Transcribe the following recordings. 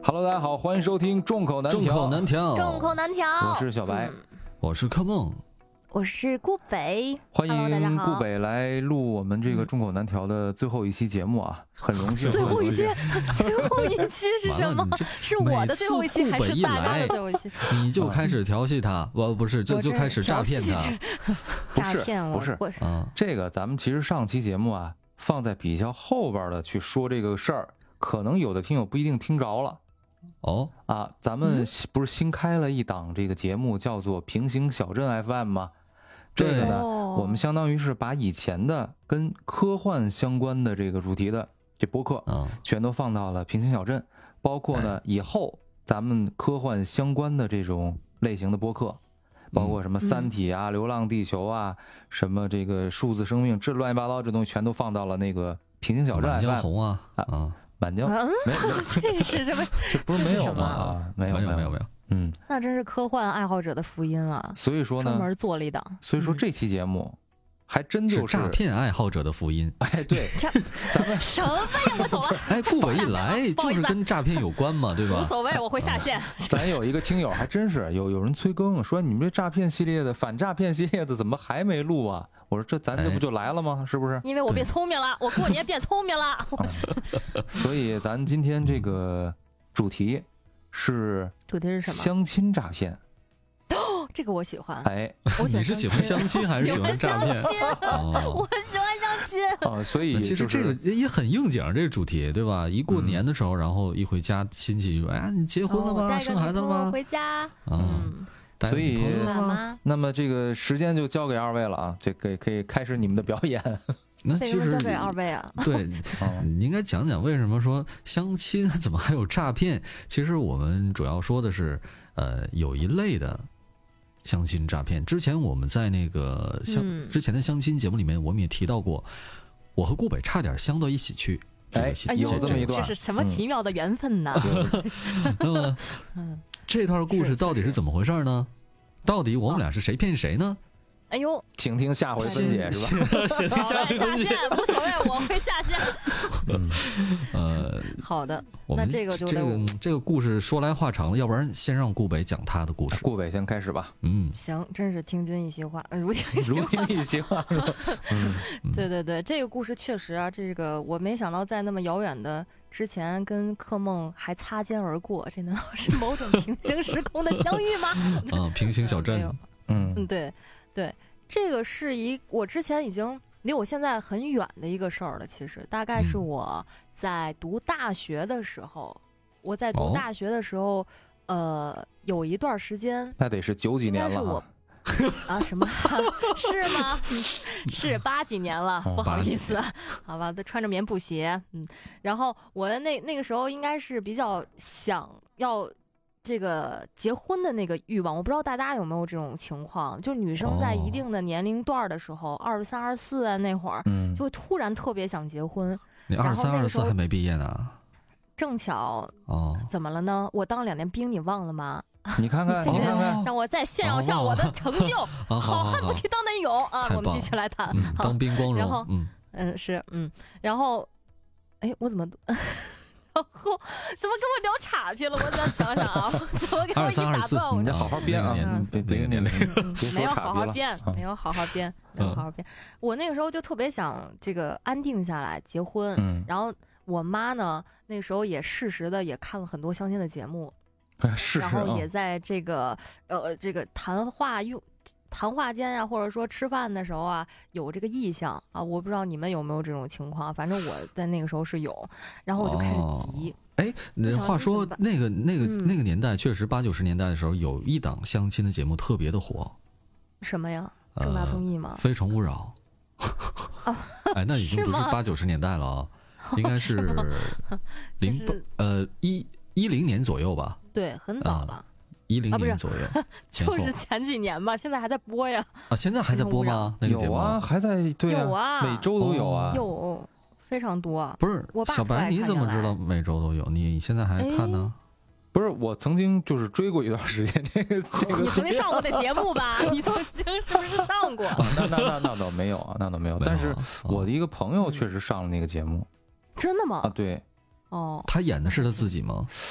Hello， 大家好，欢迎收听众口难调。 众口难调， 众口难调。 我是小白， 我是柯梦， 我是顾北。 欢 Hello， 大家迎好顾北来录我们这个众口难调的最后一期节目啊，很荣幸。 最后一期，最后一期是什么？是我的最后一期还是大家的最后一期？ 你就开始调戏他，不是，就开始诈骗他。 不是，这个咱们其实上期节目啊，放在比较后边的去说这个事儿，可能有的听友不一定听着了。 哦啊，咱们不是新开了一档这个节目，叫做《平行小镇 FM》吗？这个呢，我们相当于是把以前的跟科幻相关的这个主题的这播客，全都放到了平行小镇，包括呢以后咱们科幻相关的这种类型的播客，包括什么《三体》啊、《流浪地球》啊、什么这个数字生命，这乱七八糟这东西全都放到了那个平行小镇 FM。 满江红啊满江没这是什么？ 这不是没有吗？没有。 那真是科幻爱好者的福音啊！ 所以说呢， 专门做了一档。 所以说这期节目还真就是诈骗爱好者的福音。 哎，对， 咱们什么呀？我走了。 哎，顾北一来就是跟诈骗有关嘛，对吧？ 无所谓，我会下线。 咱有一个听友还真是有人催更说，你们这诈骗系列的反诈骗系列的怎么还没录啊？我说咱这不就来了吗？是不是？ 因为我变聪明了，我过年变聪明了。 所以咱今天这个主题是什么？ 相亲诈骗。 这个我喜欢。 哎， 你是喜欢相亲还是喜欢诈骗？ 我喜欢相亲啊，所以其实这个也很应景，这个主题对吧？一过年的时候，然后一回家，亲戚说：“哎，你结婚了吗？生孩子了吗？” 回家。 所以，那么这个时间就交给二位了啊，这可以开始你们的表演。 那其实交给二位啊， 对，你应该讲讲为什么说相亲怎么还有诈骗？其实我们主要说的是，有一类的相亲诈骗。之前我们在那个之前的相亲节目里面，我们也提到过，我和顾北差点相到一起去。 哎，有这么一段， 这是什么奇妙的缘分呢？ 那么，这段故事到底是怎么回事呢？到底我们俩是谁骗谁呢？ 哎呦， 请听下回分解是吧？ 请听下回分解， 无所谓，我会下线。好的，那这个就这个故事说来话长了，要不然先让顾北讲他的故事。 顾北先开始吧。 行，真是听君一席话，如听一席话。 对，这个故事确实啊，这个我没想到在那么遥远的之前跟柯梦还擦肩而过，这难道是某种平行时空的相遇吗？ 平行小镇。 对，这个是我之前已经离我现在很远的一个事儿了。其实大概是我在读大学的时候，有一段时间， 那得是90几年了啊？什么？是吗？是80几年了，不好意思，好吧，穿着棉布鞋，然后我的那个时候应该是比较想要这个结婚的那个欲望，我不知道大家有没有这种情况，就是女生在一定的年龄段的时候，23、24啊那会儿，就会突然特别想结婚。 你23、24还没毕业呢？ 正巧怎么了呢？我当2年兵，你忘了吗？ 你看看， 让我再炫耀一下我的成就。好汉不提当年勇啊！我们继续来谈当兵光荣。 然后然后，哎，我怎么？然后怎么跟我聊岔劈了？我再想想啊，怎么给我一打断我？ 你好好编啊，别没有好好编，没有好好编。我那个时候就特别想这个安定下来结婚，然后我妈呢那时候也适时的也看了很多相亲的节目，然后也在这个这个谈话间呀，或者说吃饭的时候啊，有这个意向啊，我不知道你们有没有这种情况，反正我在那个时候是有，然后我就开始急。 话说那个年代，确实80、90年代的时候，有一档相亲的节目特别的火。 什么呀？正大综艺吗？ 非诚勿扰。哎，那已经不是80、90年代了啊，应该是10年左右吧？ 对，很早吧。 10年左右， 就是前几年吧，现在还在播呀。 现在还在播吗？那个节目有啊，还在对有啊， 每周都有啊， 有非常多。 不是，小白你怎么知道每周都有？你现在还看呢？ 不是，我曾经就是追过一段时间这个。 你曾经上过那节目吧？你曾经是不是上过？ 那倒没有啊，那倒没有。但是我的一个朋友确实上了那个节目。 真的吗？ 啊，对。 哦， 他演的是他自己吗？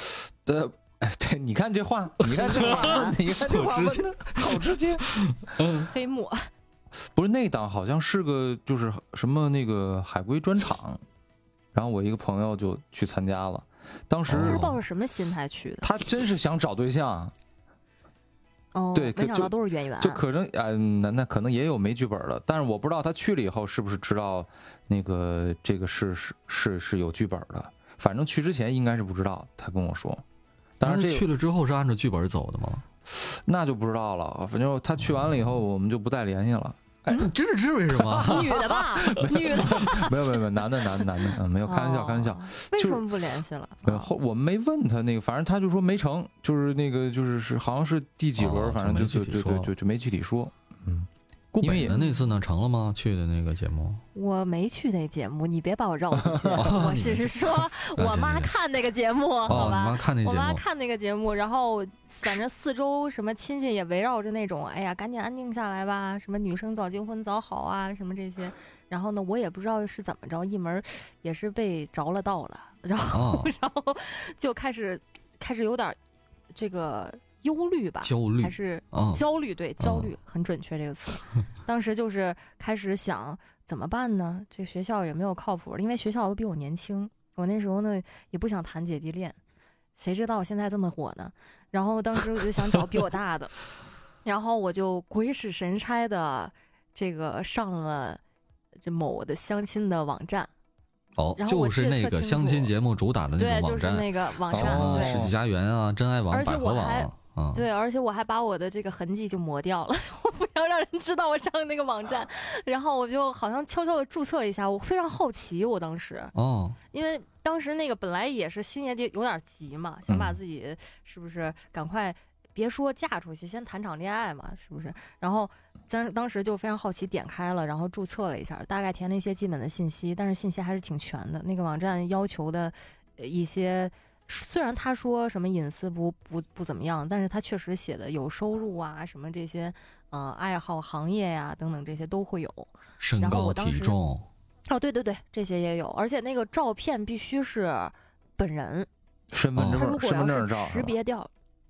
对，你看这话，你看这话，你看这话问的好直接。 黑幕不是那档好像是个就是什么那个海龟专场，然后我一个朋友就去参加了，当时是抱着什么心态去的？ 他真是想找对象。对， 没想到都是演员， 就可能那可能也有没剧本的，但是我不知道他去了以后是不是知道那个这个是有剧本的，反正去之前应该是不知道，他跟我说。当然去了之后是按照剧本走的吗？ 那就不知道了，反正他去完了以后，我们就不再联系了。 哎，这是为什么？ 女的吧，女的。 没有，男的，没有，开玩笑。 为什么不联系了？ 我们没问他那个，反正他就说没成，就是那个就是好像是第几轮，反正就没具体说。 顾北的那次呢，成了吗？去的那个节目， 我没去那节目，你别把我绕进去。我只是说我妈看那个节目，好吧？ 我妈看那个节目，然后反正四周什么亲戚也围绕着那种，哎呀，赶紧安定下来吧，什么女生早结婚早好啊，什么这些。然后呢，我也不知道是怎么着，一门也是被着了道了，然后就开始有点这个。忧虑吧， 焦虑还是焦虑？对，焦虑很准确这个词。当时就是开始想怎么办呢？这学校也没有靠谱，因为学校都比我年轻。我那时候呢也不想谈姐弟恋，谁知道现在这么火呢？然后当时我就想找比我大的，然后我就鬼使神差的这个上了这某的相亲的网站。 就是那个相亲节目主打的那个网站， 对，就是那个网站， 世纪佳缘啊，真爱网、百合网。 对，而且我还把我的这个痕迹就磨掉了，我不要让人知道我上那个网站，然后我就好像悄悄的注册了一下，我非常好奇，我当时因为当时那个本来也是心也有点急嘛，想把自己是不是赶快别说嫁出去，先谈场恋爱嘛，是不是？然后当时就非常好奇，点开了，然后注册了一下，大概填了一些基本的信息，但是信息还是挺全的。那个网站要求的一些。虽然他说什么隐私不怎么样，但是他确实写的有收入啊，什么这些爱好、行业呀、等等这些都会有。 身高体重。 对，这些也有，而且那个照片必须是本人， 身份证， 他如果要是识别掉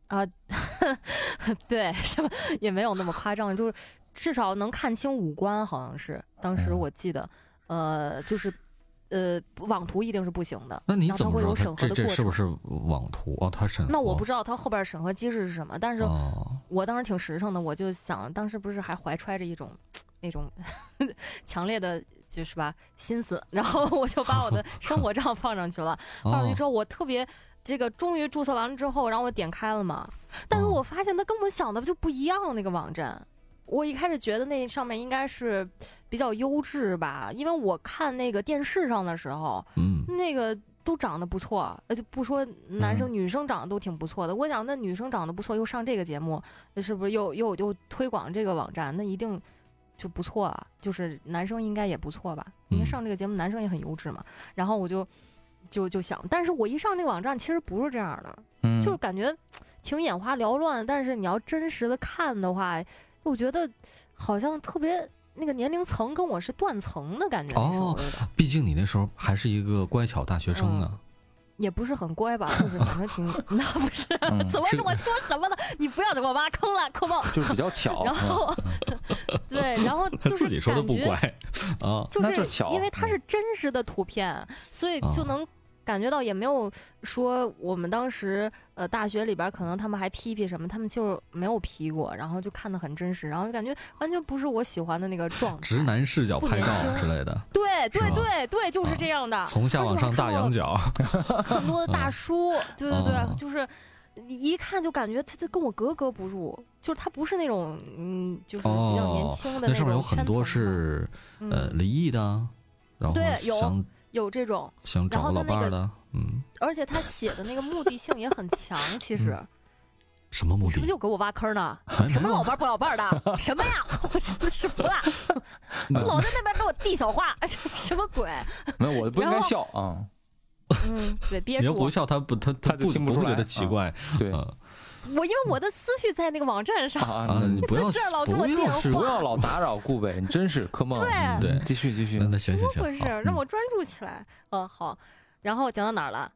对，什么也没有那么夸张，就是至少能看清五官，好像是当时我记得，就是。网图一定是不行的。 那你怎么说这是不是网图？他审核。 那我不知道他后边审核机制是什么，但是我当时挺实诚的，我就想，当时不是还怀揣着一种那种强烈的，就是吧心思，然后我就把我的生活照放上去了。放上去之后，我特别这个终于注册完了之后，然后我点开了嘛，但是我发现它跟我想的就不一样，那个网站。我一开始觉得那上面应该是比较优质吧，因为我看那个电视上的时候，那个都长得不错，就不说男生女生长得都挺不错的。我想那女生长得不错，又上这个节目，是不是又推广这个网站，那一定就不错啊。就是男生应该也不错吧，因为上这个节目男生也很优质嘛。然后我就想，但是我一上那个网站，其实不是这样的，就是感觉挺眼花缭乱。但是你要真实的看的话，我觉得好像特别那个年龄层跟我是断层的感觉。 毕竟你那时候还是一个乖巧大学生呢。 也不是很乖吧，就是反正挺那不是怎么说什么呢？你不要给我挖坑了，扣帽。 就是比较巧。 然后对，然后就是自己说的不乖啊， 就是因为它是真实的图片，所以就能感觉到也没有说我们当时大学里边可能他们还批什么，他们就是没有批过，然后就看得很真实，然后就感觉完全不是我喜欢的那个状态， 直男视角拍照之类的。 对，就是这样的， 从下往上大仰角， 很多的大叔，对，就是你一看就感觉他跟我格格不入，就是他不是那种就是比较年轻的那种。 那上面有很多是离异的，然后对有这种想找个老伴的， 而且他写的那个目的性也很强，其实。 什么目的？ 是不是就给我挖坑呢？什么老伴不老伴的？什么呀？我真的是服了！老在那边给我递小话，什么鬼？ 没有，我不应该笑啊。 对，憋住。 你要不笑，他不会觉得奇怪。 对， 因为我的思绪在那个网站上你不要不要老打扰顾北，你真是柯梦。 对， 继续。 那行。 怎么回事？让我专注起来。好。然后讲到哪儿了？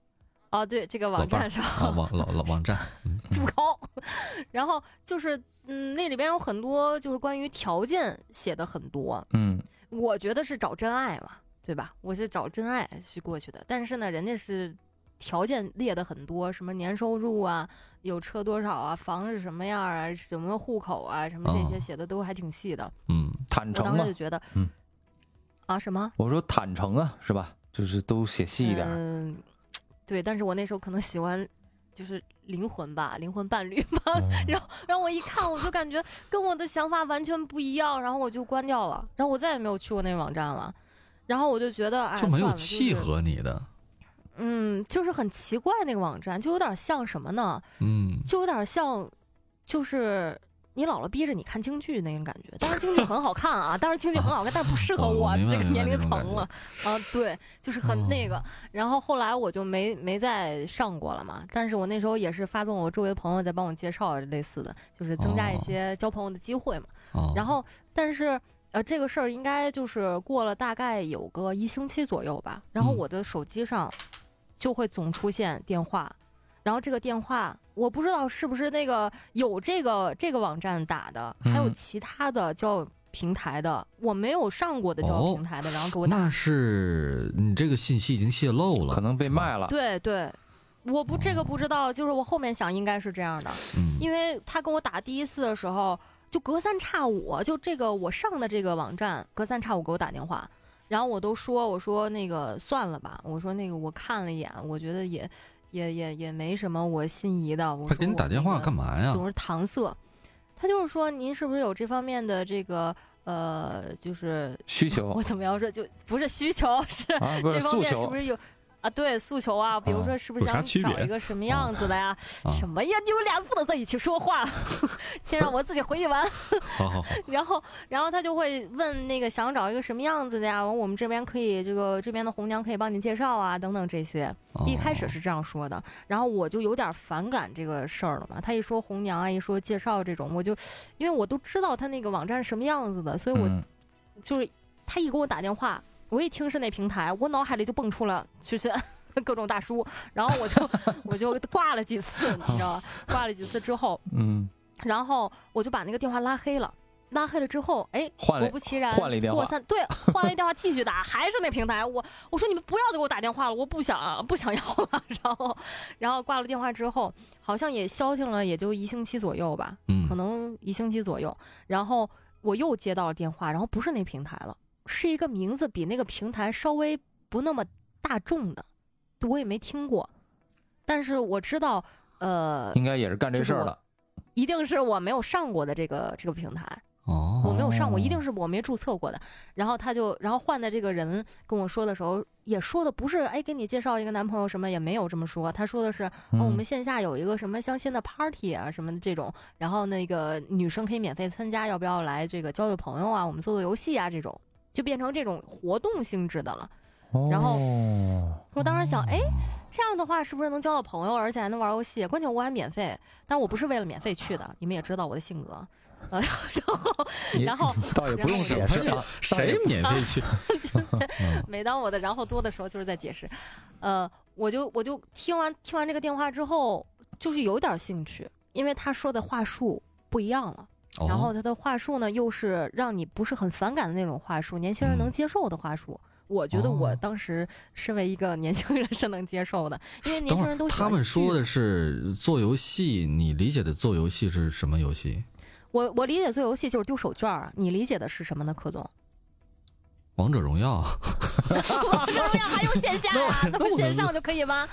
哦，对，这个网站上网站住口。然后就是那里边有很多就是关于条件写的很多，我觉得是找真爱嘛，对吧？我是找真爱是过去的，但是呢，人家是条件列的很多，什么年收入啊，有车多少啊，房是什么样啊，什么户口啊，什么这些写的都还挺细的。 坦诚嘛。 我当时就觉得，啊什么？ 我说坦诚啊，是吧？就是都写细一点。 对，但是我那时候可能喜欢就是灵魂吧，灵魂伴侣吧。然后我一看，我就感觉跟我的想法完全不一样，然后我就关掉了，然后我再也没有去过那个网站了。然后我就觉得，哎， 就没有契合你的。 就是很奇怪，那个网站就有点像什么呢？就有点像，就是你姥姥逼着你看京剧那种感觉。当然京剧很好看啊，当然京剧很好看，但是不适合我这个年龄层了啊。对，就是很那个。然后后来我就没再上过了嘛。但是我那时候也是发动我周围朋友在帮我介绍类似的，就是增加一些交朋友的机会嘛。然后，但是这个事儿应该就是过了大概有个1星期左右吧。然后我的手机上就会总出现电话，然后这个电话我不知道是不是那个有这个网站打的，还有其他的交友平台的，我没有上过的交友平台的，然后给我打。 那是你这个信息已经泄露了， 可能被卖了。 对，我这个不知道，就是我后面想应该是这样的，因为他跟我打第一次的时候，就隔三差五，就这个我上的这个网站隔三差五给我打电话。然后我都说，我说那个算了吧，我说那个我看了一眼，我觉得也没什么我心仪的。 他给你打电话干嘛呀？ 总是搪塞。他就是说您是不是有这方面的这个就是需求？ 我怎么样说就不是需求，是这方面是不是有？对，诉求啊，比如说是不是想找一个什么样子的呀？什么呀？你们俩不能在一起说话，先让我自己回忆完。 好。 然后他就会问那个想找一个什么样子的呀？我们这边可以这边的红娘可以帮你介绍啊，等等这些。一开始是这样说的，然后我就有点反感这个事儿了嘛。他一说红娘啊，一说介绍这种，我就因为我都知道他那个网站什么样子的，所以我就是他一给我打电话。我一听是那平台，我脑海里就蹦出了就是各种大叔，然后我就挂了几次，你知道吧？挂了几次之后，然后我就把那个电话拉黑了。拉黑了之后，果不其然， 换了一电话， 换了一电话继续打，还是那平台。我说你们不要再给我打电话了，我不想要了。然后挂了电话之后，好像也消停了，也就1星期左右吧，可能1星期左右。然后我又接到了电话，然后不是那平台了。是一个名字比那个平台稍微不那么大众的，我也没听过，但是我知道， 应该也是干这事儿的， 一定是我没有上过的这个平台。我没有上过，一定是我没注册过的。然后换的这个人跟我说的时候，也说的不是给你介绍一个男朋友什么，也没有这么说。他说的是我们线下有一个什么相亲的 party 啊什么的这种，然后那个女生可以免费参加，要不要来这个交个朋友啊？我们做游戏啊这种。就变成这种活动性质的了，然后我当时想，这样的话是不是能交到朋友，而且还能玩游戏？关键我还免费，但我不是为了免费去的，你们也知道我的性格，然后倒也不用解释啊， 谁免费去？ 每当我的然后多的时候，就是在解释，我就听完这个电话之后，就是有点兴趣，因为他说的话术不一样了。然后他的话术呢，又是让你不是很反感的那种话术，年轻人能接受的话术。我觉得我当时身为一个年轻人是能接受的，因为年轻人都喜欢。 他们说的是做游戏，你理解的做游戏是什么游戏？ 我理解做游戏就是丢手绢儿，你理解的是什么呢，柯总？ 王者荣耀。 王者荣耀还有线下呀，那不线上就可以吗？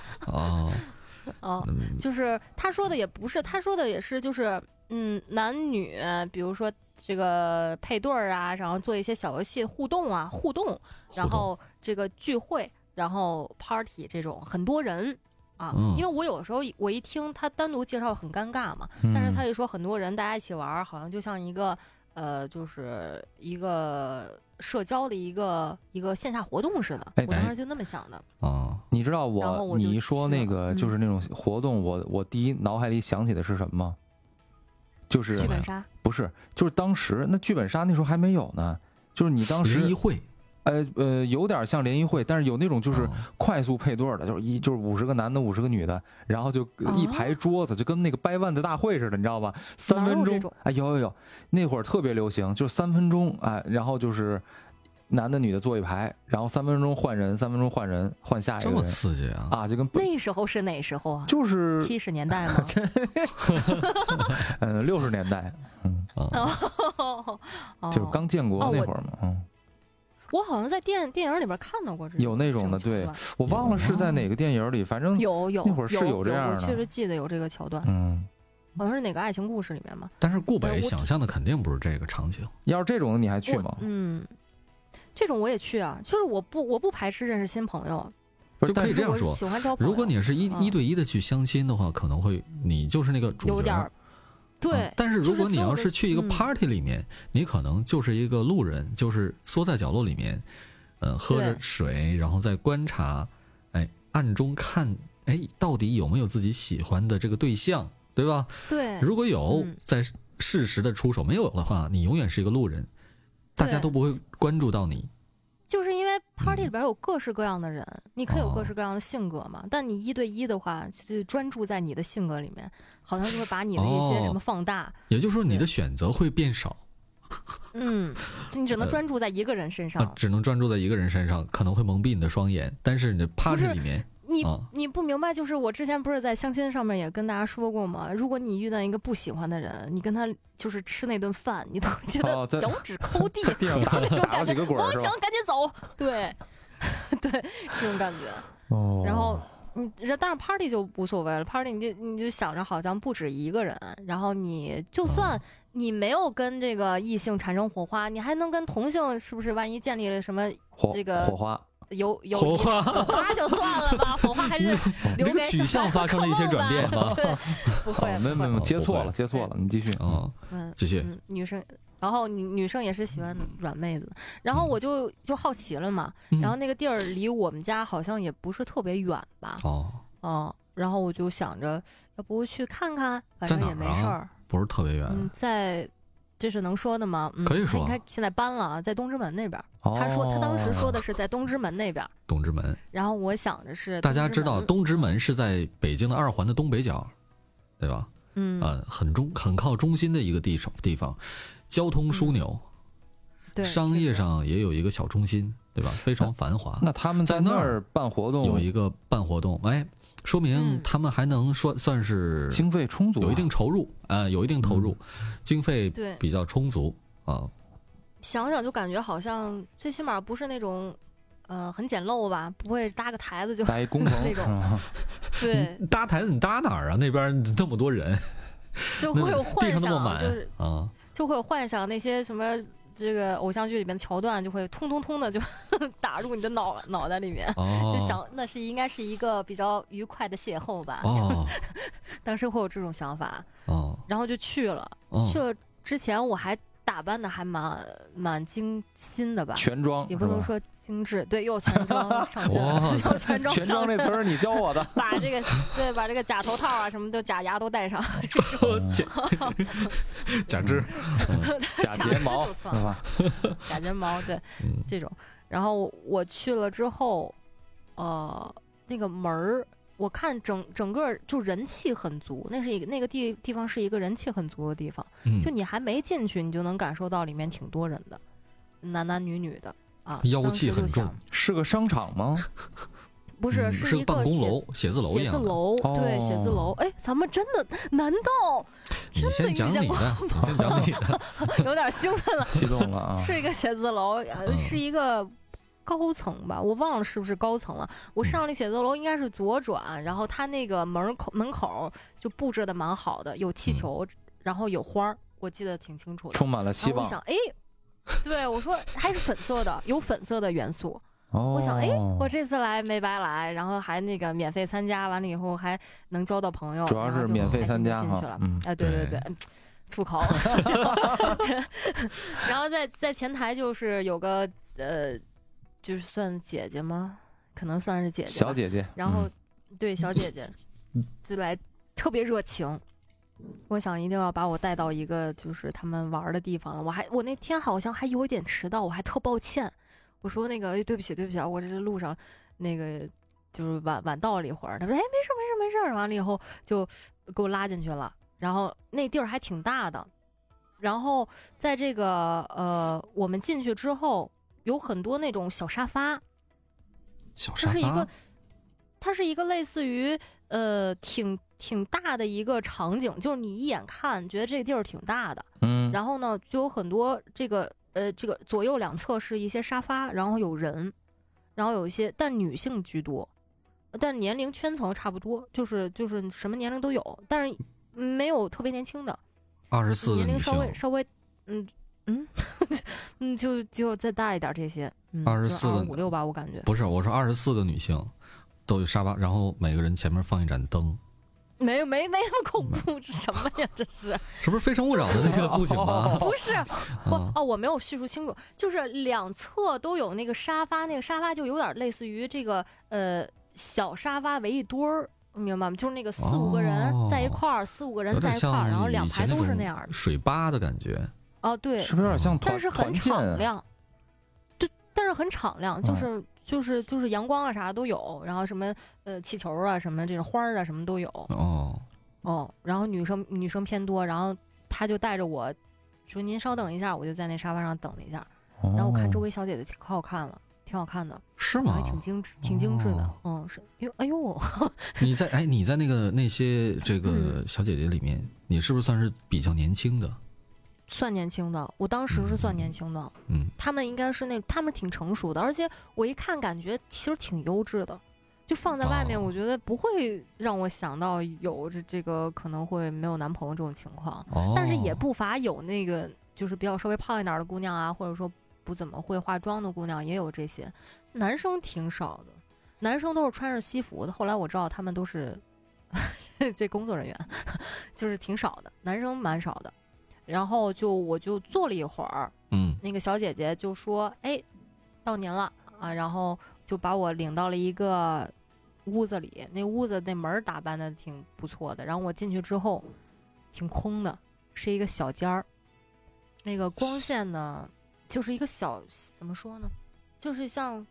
就是他说的也不是，他说的也是，就是男女，比如说这个配对儿啊，然后做一些小游戏互动，然后这个聚会，然后 party 这种很多人啊，因为我有时候我一听他单独介绍很尴尬嘛，但是他一说很多人大家一起玩，好像就像一个就是一个社交的一个线下活动似的，我当时就那么想的。 你知道你一说那个就是那种活动，我第一脑海里想起的是什么吗？就是剧本杀， 不是，就是当时那剧本杀那时候还没有呢，就是你当时联谊会有点像联谊会，但是有那种就是快速配对的，就是50个男的50个女的，然后就一排桌子，就跟那个掰腕子大会似的，你知道吧？3分钟，哎，有，那会儿特别流行，就是3分钟，哎，然后就是男的女的坐一排，然后3分钟换人，3分钟换人，换下一个人， 这么刺激啊！ 啊，就跟那时候是哪时候啊？ 就是 70年代吗 ？60年代，就是刚建国那会儿嘛， 我好像在电影里边看到过有那种的，对，我忘了是在哪个电影里，反正有那会儿是有这样的， 我确实记得有这个桥段，好像是哪个爱情故事里面嘛。 但是顾北想象的肯定不是这个场景。 要是这种你还去吗？ 这种我也去啊，就是我不排斥认识新朋友， 就可以这样说。 喜欢交朋友， 如果你是一对一的去相亲的话，可能会你就是那个主角， 有点对。 但是如果你要是去一个 party 里面，你可能就是一个路人，就是缩在角落里面，喝着水，然后再观察，哎，暗中看，哎，到底有没有自己喜欢的这个对象，对吧？ 对。 如果有，再适时的出手；没有的话，你永远是一个路人。大家都不会关注到你， 就是因为 party 里边有各式各样的人，你可以有各式各样的性格嘛。但你1对1的话，就专注在你的性格里面，好像就会把你的一些什么放大。 也就是说，你的选择会变少。 你只能专注在一个人身上， 只能专注在一个人身上，可能会蒙蔽你的双眼。但是你的 party 里面。 你不明白，就是我之前不是在相亲上面也跟大家说过吗？如果你遇到一个不喜欢的人，你跟他就是吃那顿饭，你都会觉得脚趾抠地， 上那种感觉， 我想赶紧走，对，对，这种感觉。然后但是 party 就无所谓了 ，party 你就想着好像不止一个人，然后你就算你没有跟这个异性产生火花，你还能跟同性是不是？万一建立了什么这个火花？ 有火花就算了吧，火花还是留给取向发生了一些转变吗？ 对，不会， 没接错了，你继续继续。 女生，然后女生也是喜欢软妹子，然后我就好奇了嘛，然后那个地儿离我们家好像也不是特别远吧，然后我就想着要不去看看，反正也没事儿， 不是特别远， 在。这是能说的吗？ 可以说。 你看现在搬了，在东直门那边。他当时说的是在东直门那边。 东直门。 然后我想的是， 大家知道东直门是在北京的2环的东北角，对吧？很靠中心的一个地方，交通枢纽，商业上也有一个小中心，对吧？非常繁华。 那他们在那儿办活动， 有一个办活动，哎，说明他们还能算是经费充足， 有一定投入有一定投入，经费比较充足啊。 想想就感觉好像最起码不是那种很简陋吧，不会搭个台子就搭一工程那种。对， 搭台子你搭哪儿啊？那边那么多人， 就会有幻想， 就是就会有幻想那些什么。这个偶像剧里面的桥段就会通的就打入你的脑袋里面，就想那应该是一个比较愉快的邂逅吧。当时会有这种想法。然后就去了。去了之前我还打扮的还蛮精心的吧， 全妆也不能说精致，对，又全妆上阵， 全妆这词儿你教我的， 把这个假头套啊什么的假牙都戴上， 假肢， 假睫毛是吧？ 假睫毛对，这种。然后我去了之后，那个门儿。我看整个就人气很足，那个地方是一个人气很足的地方，就你还没进去，你就能感受到里面挺多人的，男女的啊， 妖气很重。 是个商场吗？ 不是，是一个办公楼、写字楼一样的。 写字楼，对，写字楼。哎，咱们真的？难道？ 你先讲你的， 有点兴奋了， 激动了啊！ 是一个写字楼，是一个。高层吧，我忘了是不是高层了。我上那写字楼应该是左转，然后它那个门口就布置的蛮好的，有气球，然后有花，我记得挺清楚的， 充满了希望。 我想，哎，对我说还是粉色的，有粉色的元素。我想，哎，我这次来没白来，然后还那个免费参加，完了以后还能交到朋友， 主要是免费参加进去了。哎，对，出口。然后在前台就是有个就是算姐姐吗？可能算是姐姐， 小姐姐。 然后，对小姐姐，就来特别热情。我想一定要把我带到一个就是他们玩的地方了。我那天好像还有一点迟到，我还特抱歉。 我说那个对不起啊，我这路上那个就是晚到了一会儿。他说没事。完了以后就给我拉进去了，然后那地儿还挺大的。然后在这个我们进去之后，有很多那种小沙发。它是一个类似于挺大的一个场景，就是你一眼看觉得这个地儿挺大的。然后呢就有很多这个左右两侧是一些沙发，然后有人，然后有一些但女性居多，但年龄圈层差不多，就是什么年龄都有，但是没有特别年轻的。 24个年龄女性， 稍微就再大一点这些 ，24 个5、6吧，我感觉。 不是，我说24个女性都有沙发，然后每个人前面放一盏灯。 没那么恐怖，这什么呀？这是不是《非诚勿扰》的那个布景吗？ 不是，我没有叙述清楚，就是两侧都有那个沙发，那个沙发就有点类似于这个小沙发围一堆儿。明白吗？就是那个4、5个人在一块儿，4、5个人在一块儿，然后两排都是那样的水吧的感觉。 对， 是不是有点像但是很敞亮，对，但是很敞亮，就是阳光啊啥都有，然后什么气球啊什么这种花啊什么都有。然后女生偏多，然后他就带着我说您稍等一下，我就在那沙发上等了一下，然后我看周围小姐姐可好看了。挺好看的， 是吗？ 挺精致的，是。哎呦， 你在那些这个小姐姐里面，你是不是算是比较年轻的？ 算年轻的，我当时是算年轻的。他们应该是他们挺成熟的，而且我一看感觉其实挺优质的，就放在外面，我觉得不会让我想到有这个可能会没有男朋友这种情况。但是也不乏有那个就是比较稍微胖一点的姑娘啊，或者说不怎么会化妆的姑娘也有这些，男生挺少的，男生都是穿着西服的。后来我知道他们都是这工作人员，就是挺少的，男生蛮少的。然后我就坐了一会儿，那个小姐姐就说：“哎，到您了啊！”然后就把我领到了一个屋子里，那屋子那门打扮的挺不错的。然后我进去之后，挺空的，是一个小间儿，那个光线呢。就是一个小怎么说呢，就是像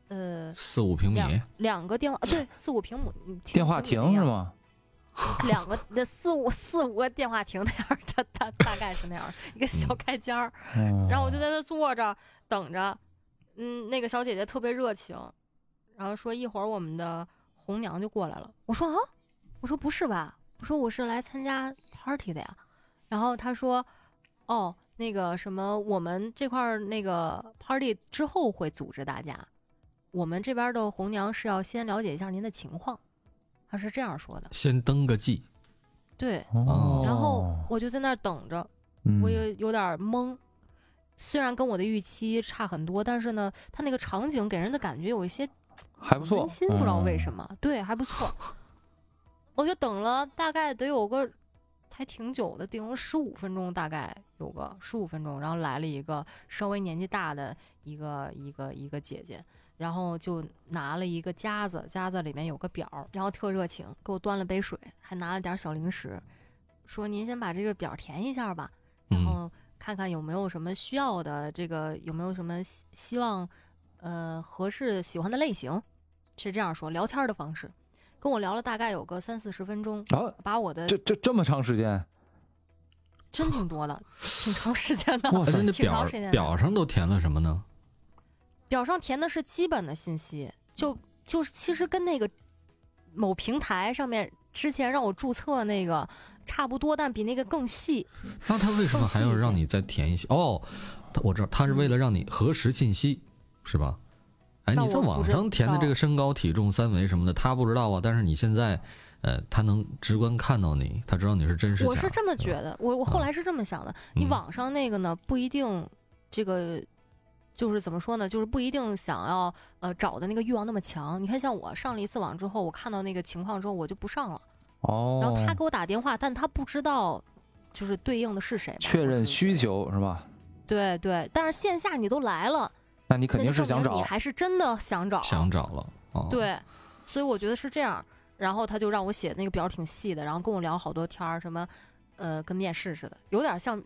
4、5平米两个电话对4、5平米电话亭是吗？ 两个4、5个电话亭那样，它大概是那样一个小开间儿。然后我就在那坐着等着，那个小姐姐特别热情，然后说一会儿我们的红娘就过来了。我说不是吧？我说我是来参加 party 的呀。然后她说那个什么，我们这块那个 party 之后会组织大家，我们这边的红娘是要先了解一下您的情况，他是这样说的， 先登个记。 对，然后我就在那儿等着，我也有点懵，虽然跟我的预期差很多，但是呢，他那个场景给人的感觉有一些还不错， 温馨，不知道为什么，对，还不错。我就等了大概得有个。还挺久的，等了15分钟，大概有个15分钟，然后来了一个稍微年纪大的一个姐姐，然后就拿了一个夹子里面有个表，然后特热情，给我端了杯水，还拿了点小零食，说您先把这个表填一下吧，然后看看有没有什么需要的，这个有没有什么希望合适喜欢的类型，是这样说，聊天的方式。跟我聊了大概有个30、40分钟，把我的这么长时间， 真挺多的，挺长时间的。 哇塞，那表上都填了什么呢？ 表上填的是基本的信息，就是其实跟那个某平台上面之前让我注册那个差不多，但比那个更细。 那他为什么还要让你再填一些？我知道，他是为了让你核实信息，是吧？你在网上填的这个身高、体重、3围什么的，他不知道啊。但是你现在，他能直观看到你，他知道你是真是假。 我是这么觉得，我后来是这么想的。你网上那个呢，不一定这个就是怎么说呢，就是不一定想要找的那个欲望那么强。你看，像我上了一次网之后，我看到那个情况之后，我就不上了。然后他给我打电话，但他不知道就是对应的是谁。 确认需求是吧？ 对对，但是线下你都来了。 那你肯定是想找， 你还是真的想找了， 对，所以我觉得是这样。然后他就让我写那个表挺细的，然后跟我聊好多天儿，什么跟面试似的，有点像不是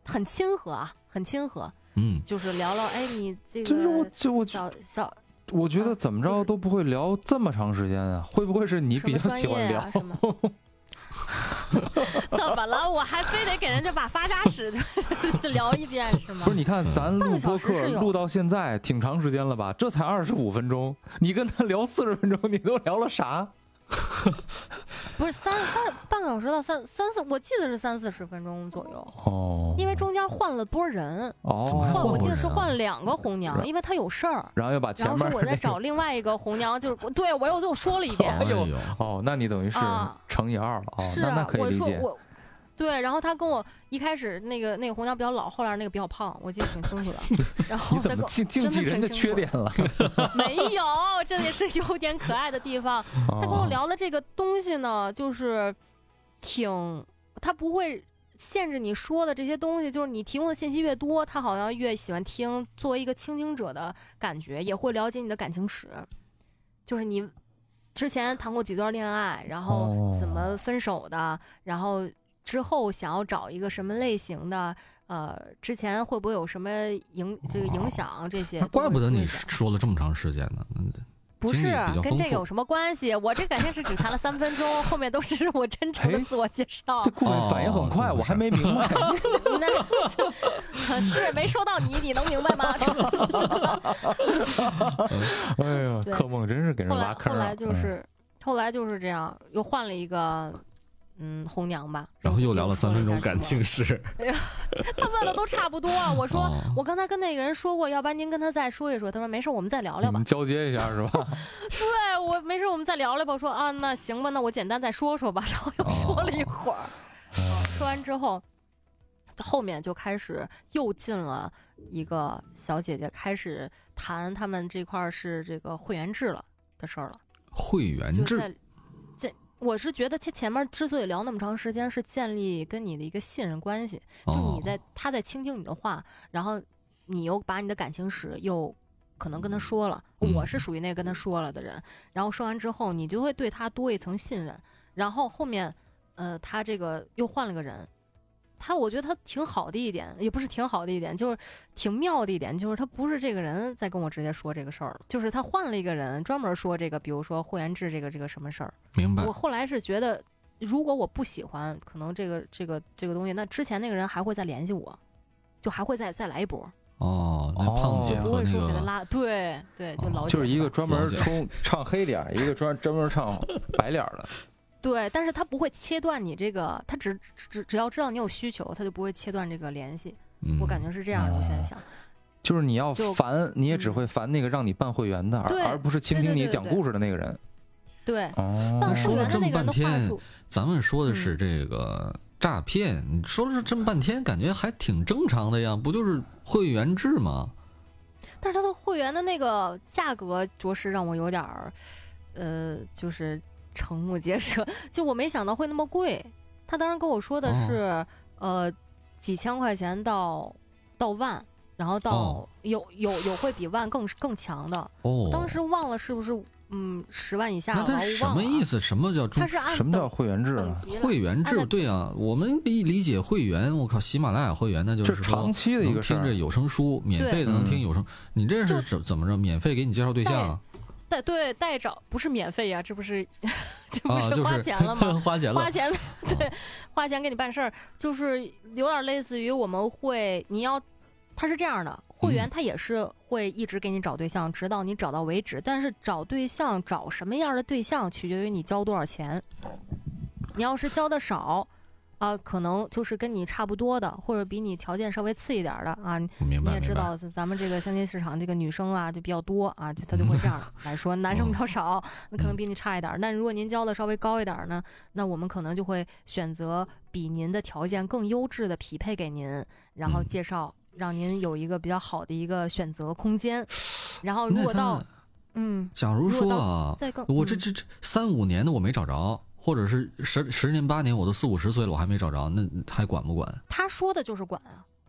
很亲和啊，很亲和。就是聊聊，哎，你这个我觉得怎么着都不会聊这么长时间啊，会不会是你比较喜欢聊？ 怎么了？我还非得给人家把发家史就聊一遍是吗？ 不是，你看咱录播客录到现在挺长时间了吧？这才25分钟，你跟他聊40分钟，你都聊了啥？ 不是半个小时到三四，我记得是30-40分钟左右。 哦， 因为中间换了波人。我记得是换了2个红娘，因为他有事儿， 然后又把前面， 然后说我再找另外一个红娘，就是对我又说了一遍。 那你等于是乘以2了。 是啊，那可以理解。 对，然后他跟我一开始那个红娘比较老，后来那个比较胖，我记得挺清楚的。然后他竞技人的缺点了？ 没有，这也是有点可爱的地方。他跟我聊的这个东西呢，就是他不会限制你说的这些东西，就是你提供的信息越多，他好像越喜欢听。作为一个倾听者的感觉，也会了解你的感情史，就是你之前谈过几段恋爱，然后怎么分手的，然后之后想要找一个什么类型的，之前会不会有什么影响这些？ 怪不得你说了这么长时间呢。 不是跟这个有什么关系？我这感情是只谈了3分钟，后面都是我真诚的自我介绍。 这顾问反应很快，我还没明白。 是没说到你能明白吗？ 哎呀，柯梦真是给人挖坑。 后来就是这样，又换了一个。红娘吧， 然后又聊了3分钟感情史。 哎呀，他问的都差不多。我说我刚才跟那个人说过，要不然您跟他再说一说。他说没事，我们再聊聊吧。 交接一下是吧？ 对，我没事，我们再聊聊吧。我说啊，那行吧，那我简单再说说吧。然后又说了一会儿，说完之后，后面就开始又进了一个小姐姐，开始谈他们这块是这个会员制的事儿了。 会员制。 我是觉得前面之所以聊那么长时间，是建立跟你的一个信任关系，就他在倾听你的话，然后你又把你的感情史又可能跟他说了，我是属于那个跟他说了的人，然后说完之后，你就会对他多一层信任，然后后面他这个又换了个人。我觉得他挺好的一点，也不是挺好的一点，就是挺妙的一点，就是他不是这个人在跟我直接说这个事儿了，就是他换了一个人专门说这个，比如说会员制这个什么事儿。 明白。 我后来是觉得，如果我不喜欢，可能这个东西，那之前那个人还会再联系我，就还会再来一波。 那胖姐和那个给他拉，对，就老就是一个专门唱黑脸，一个专门唱白脸的。 对，但是他不会切断你这个，他只要知道你有需求，他就不会切断这个联系。我感觉是这样的。我现在想， 就是你要烦，你也只会烦那个让你办会员的，而不是倾听你讲故事的那个人。 对， 说了这么半天，咱们说的是这个诈骗，你说了这么半天，感觉还挺正常的呀，不就是会员制吗？ 但是他的会员的那个价格，着实让我有点就是瞠目结舌，就我没想到会那么贵。他当时跟我说的是，几千块钱到万，然后到有会比万更强的。当时忘了是不是10万以下了。 那他什么意思？什么叫他是按什么叫会员制？ 会员制，对啊，我们一理解会员，我靠，喜马拉雅会员那就是说长期的一个听着有声书，免费的能听有声。你这是怎么着？免费给你介绍对象？ 代找不是免费呀，这不是花钱了吗？ 花钱了， 对，花钱给你办事儿，就是有点类似于我们会，他是这样的，会员他也是会一直给你找对象，直到你找到为止。但是找对象找什么样的对象，取决于你交多少钱。你要是交的少。可能就是跟你差不多的，或者比你条件稍微次一点的啊。你也知道，咱们这个相亲市场这个女生啊就比较多啊，他就会这样来说，男生比较少，那可能比你差一点。但如果您交的稍微高一点呢，那我们可能就会选择比您的条件更优质的匹配给您，然后介绍，让您有一个比较好的一个选择空间。然后如果到假如说啊，我这3-5年的我没找着。或者是10年8年，我都40-50岁了，我还没找着，那还管不管？ 他说的就是管啊，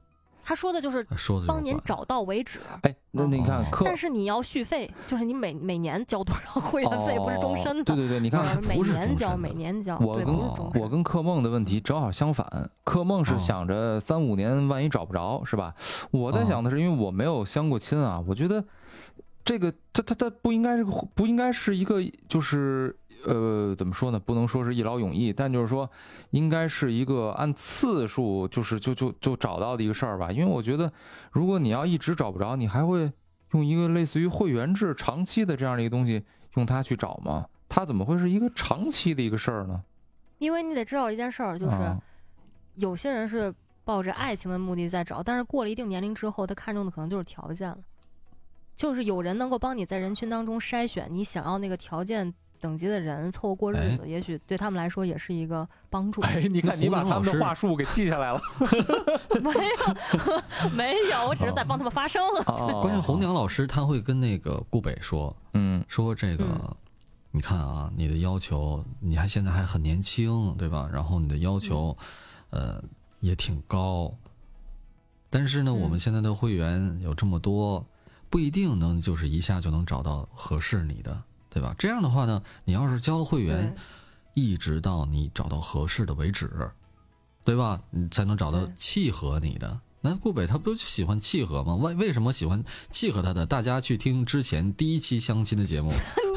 他说的就是帮您找到为止。 哎，那你看， 但是你要续费，就是你每年交多少会员费，不是终身的。 对对对，你看， 每年交，每年交。 我跟柯梦的问题正好相反，柯梦是想着3-5年万一找不着，是吧？我在想的是，因为我没有相过亲啊，我觉得这个他不应该是一个就是怎么说呢？不能说是一劳永逸，但就是说应该是一个按次数就找到的一个事儿吧。因为我觉得，如果你要一直找不着，你还会用一个类似于会员制长期的这样的一个东西用它去找吗？它怎么会是一个长期的一个事儿呢？ 因为你得知道一件事儿，就是有些人是抱着爱情的目的在找，但是过了一定年龄之后，他看重的可能就是条件了。就是有人能够帮你在人群当中筛选你想要那个条件等级的人凑合过日子，也许对他们来说也是一帮助。 哎，你看你把他们的话术给记下来了。 没有，我只是在帮他们发声了。 关键红娘老师他会跟那个顾北说，说这个，你看啊，你的要求，你现在还很年轻，对吧？然后你的要求，也挺高，但是呢，我们现在的会员有这么多。不一定能就是一下就能找到合适你的，对吧？这样的话呢，你要是交了会员，一直到你找到合适的为止，对吧？你才能找到契合你的。那顾北他不喜欢契合吗？为什么喜欢契合他的？大家去听之前第1期相亲的节目，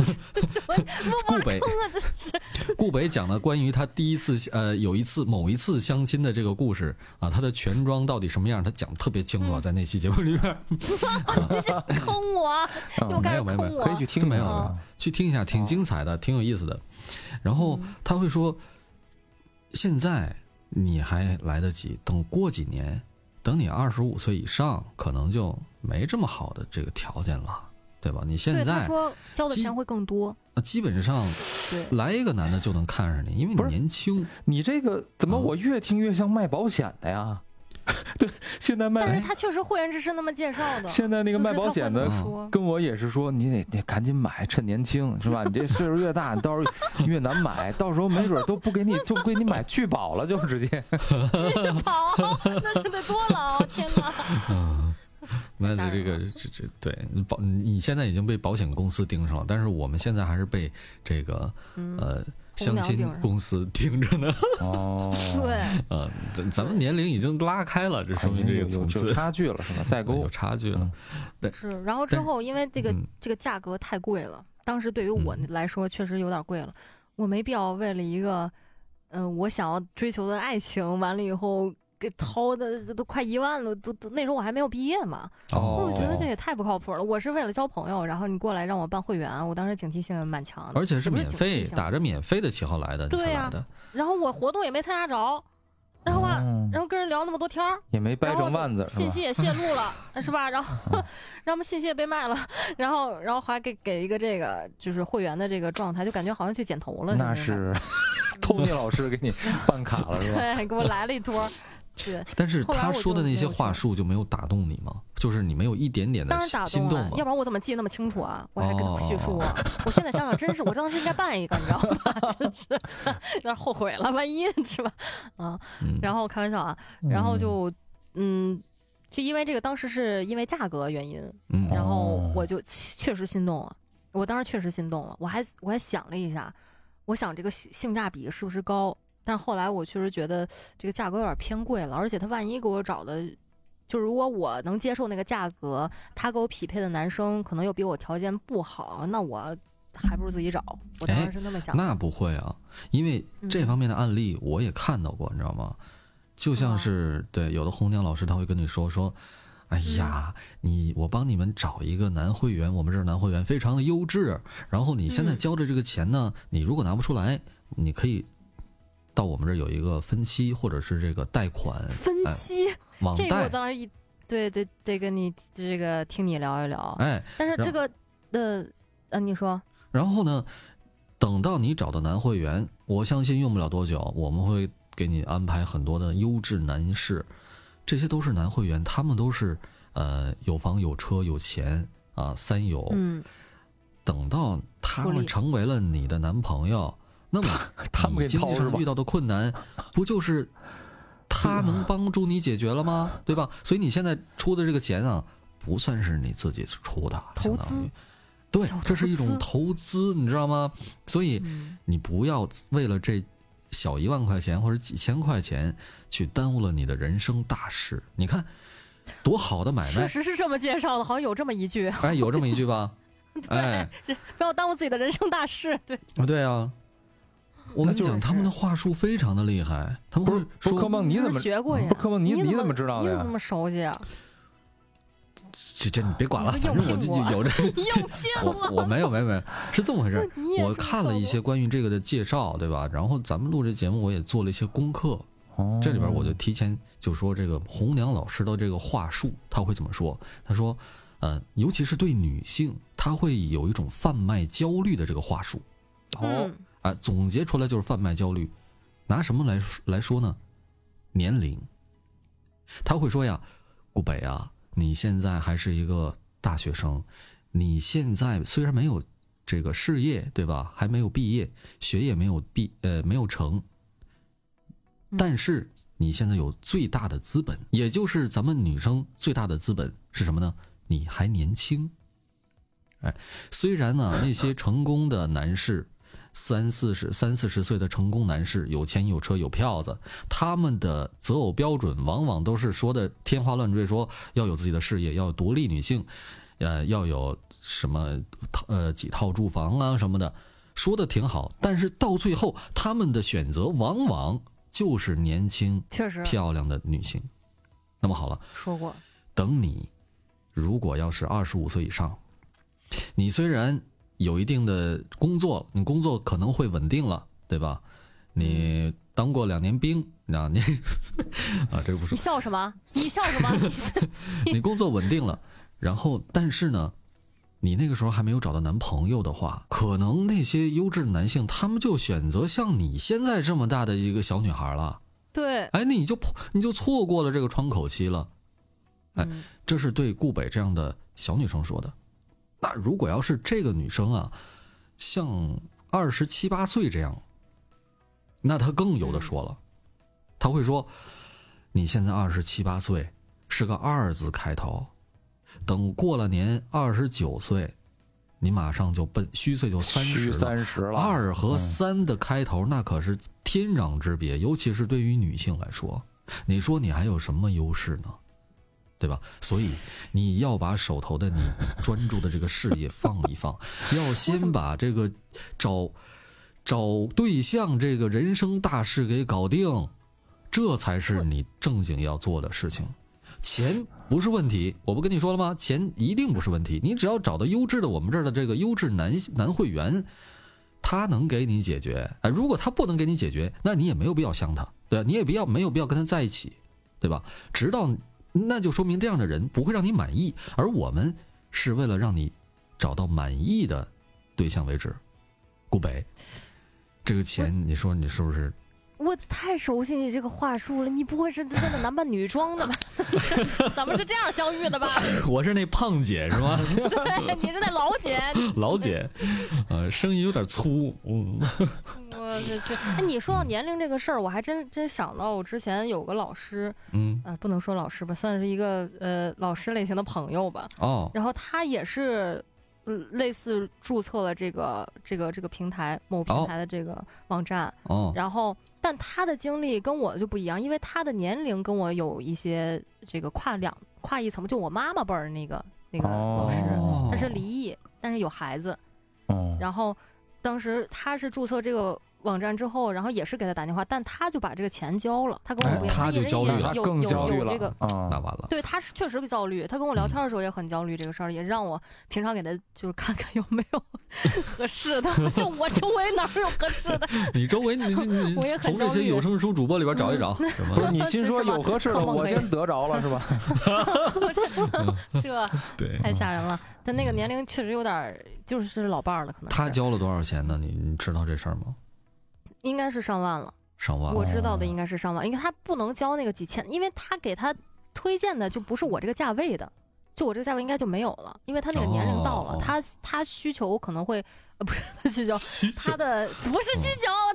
顾北讲的关于他第一次某一次相亲的这个故事啊，他的全妆到底什么样，他讲得特别清楚，在那期节目里边。 你这坑我，又开始坑我， 可以去听， 没有去听一下，挺精彩的，挺有意思的。然后他会说，现在你还来得及，等过几年。等你25岁以上，可能就没这么好的这个条件了，对吧？你现在他说交的钱会更多， 基本上来一个男的就能看上你，因为你年轻。 你这个怎么我越听越像卖保险的呀？对，现在卖， 但是他确实会员制是那么介绍的。 现在那个卖保险的跟我也是说，你得赶紧买，趁年轻，是吧？你这岁数越大，你到时候越难买，到时候没准都不给你买拒保了，就直接。 拒保，那是得多老，天哪！ 那这个对你现在已经被保险公司盯上了，但是我们现在还是被这个相亲公司盯着呢。 对， 咱们年龄已经拉开了，这说明这个层次有差距了，是吧？代沟有差距了。对， 是。然后之后，因为这个价格太贵了，当时对于我来说确实有点贵了，我没必要为了一个我想要追求的爱情，完了以后给掏的都快1万了，都那时候我还没有毕业嘛。我觉得这也太不靠谱了。我是为了交朋友，然后你过来让我办会员，我当时警惕性蛮强的， 而且是免费，打着免费的旗号来的， 对呀。然后我活动也没参加着，然后跟人聊那么多天也没掰成腕子， 信息也泄露了，是吧？然后信息也被卖了，然后还给一个这个就是会员的这个状态，就感觉好像去剪头了。 那是托尼老师给你办卡了，是吧？ 对，给我来了一托。对， 但是他说的那些话术就没有打动你吗？就是你没有一点点的心动吗？ 要不然我怎么记那么清楚啊？我还跟他叙述啊！我现在想想，真是我当时应该办一个，你知道吗？真是有点后悔了，万一是吧？然后开玩笑啊，然后就因为这个当时是因为价格原因，然后我就确实心动了。我当时确实心动了，我还想了一下，我想这个性价比是不是高？但是后来我确实觉得这个价格有点偏贵了，而且他万一给我找的，就如果我能接受那个价格，他给我匹配的男生可能又比我条件不好，那我还不如自己找。我当时是那么想。 那不会啊，因为这方面的案例我也看到过，你知道吗？就像是对有的红娘老师他会跟你说，哎呀，我帮你们找一个男会员，我们这儿男会员非常的优质，然后你现在交的这个钱呢，你如果拿不出来，你可以到我们这儿有一个分期或者是这个贷款分期网贷， 这个我当然对得跟你这个听你聊一聊。但是这个你说， 然后呢，等到你找到男会员，我相信用不了多久，我们会给你安排很多的优质男士，这些都是男会员，他们都是有房有车有钱啊，三有。等到他们成为了你的男朋友，那么你经济上遇到的困难，不就是他能帮助你解决了吗？对吧？所以你现在出的这个钱啊，不算是你自己出的，相当于，对，这是一种投资，你知道吗？所以你不要为了这小1万块钱或者几千块钱去耽误了你的人生大事。你看多好的买卖， 确实是这么介绍的，好像有这么一句， 哎，有这么一句吧？哎， 不要耽误自己的人生大事。对， 对啊。我跟你讲，他们的话术非常的厉害，他们会说：“ 柯梦，你怎么学过呀？ 不，柯梦，你怎么知道的呀？ 你怎么那么熟悉啊？” 这你别管了，反正我就有这硬拼我没有，是这么回事。我看了一些关于这个的介绍，对吧？然后咱们录这节目，我也做了一些功课。这里边我就提前就说这个红娘老师的这个话术，他会怎么说？他说，尤其是对女性，他会有一种贩卖焦虑的这个话术。总结出来就是贩卖焦虑。拿什么来说呢？年龄。他会说呀，顾北啊，你现在还是一个大学生，你现在虽然没有这个事业，对吧？还没有毕业，学业没有成，但是你现在有最大的资本，也就是咱们女生最大的资本是什么呢？你还年轻。虽然呢，那些成功的男士三四十岁的成功男士，有钱有车有票子，他们的择偶标准往往都是说的天花乱坠，说要有自己的事业，要有独立女性，要有什么几套住房啊什么的，说的挺好，但是到最后他们的选择往往就是年轻确实漂亮的女性。那么好了， 说过， 等你如果要是25岁以上，你虽然有一定的工作，你工作可能会稳定了，对吧？你当过2年兵，那你这个不说。 你笑什么？你笑什么？ 你工作稳定了，然后但是呢，你那个时候还没有找到男朋友的话，可能那些优质的男性，他们就选择像你现在这么大的一个小女孩了。 对， 你就错过了这个窗口期了。这是对顾北这样的小女生说的。那如果要是这个女生啊，像27、28岁这样，那她更有的说了。她会说，你现在27、28岁，是个2字开头，等过了年29岁，你马上就虚岁就30了。2和3的开头，那可是天壤之别，尤其是对于女性来说，你说你还有什么优势呢？对吧？所以你要把手头的你专注的这个事业放一放，要先把这个找对象这个人生大事给搞定，这才是你正经要做的事情。钱不是问题，我不跟你说了吗？钱一定不是问题，你只要找到优质的我们这儿的这个优质男会员，他能给你解决。如果他不能给你解决，那你也没有必要相他，对吧？你也没有必要跟他在一起，对吧？那就说明这样的人不会让你满意，而我们是为了让你找到满意的对象为止。顾北，这个钱你说你是不是？ 我太熟悉你这个话术了，你不会是真的男扮女装的吧？咱们是这样相遇的吧？ 我是那胖姐是吗？ 对，你是那老姐。 老姐，声音有点粗。 我这，你说到年龄这个事儿，我还真想到我之前有个老师，不能说老师吧，算是一个老师类型的朋友吧。然后他也是。类似注册了这个平台某平台的这个网站，然后但他的经历跟我就不一样，因为他的年龄跟我有一些这个跨一层，就我妈妈辈儿那个老师，他是离异，但是有孩子，然后当时他是注册这个网站之后，然后也是给他打电话，但他就把这个钱交了。他跟我不一样， 他就焦虑了， 更焦虑了。 这个那完了。 对，他是确实焦虑。他跟我聊天的时候也很焦虑这个事儿，也让我平常给他就是看看有没有合适的。像我周围哪有合适的？ 你周围你从这些有声书主播里边找一找，不是你心说有合适的，我先得着了是吧？ 这对太吓人了。但那个年龄确实有点就是老伴儿了，可能。 他交了多少钱呢？你知道这事儿吗？ 应该是上万了，我知道的应该是上万，因为他不能交那个几千，因为他给他推荐的就不是我这个价位的，就我这个价位应该就没有了，因为他那个年龄到了，他需求可能会不是他需求，他的不是需求，就是他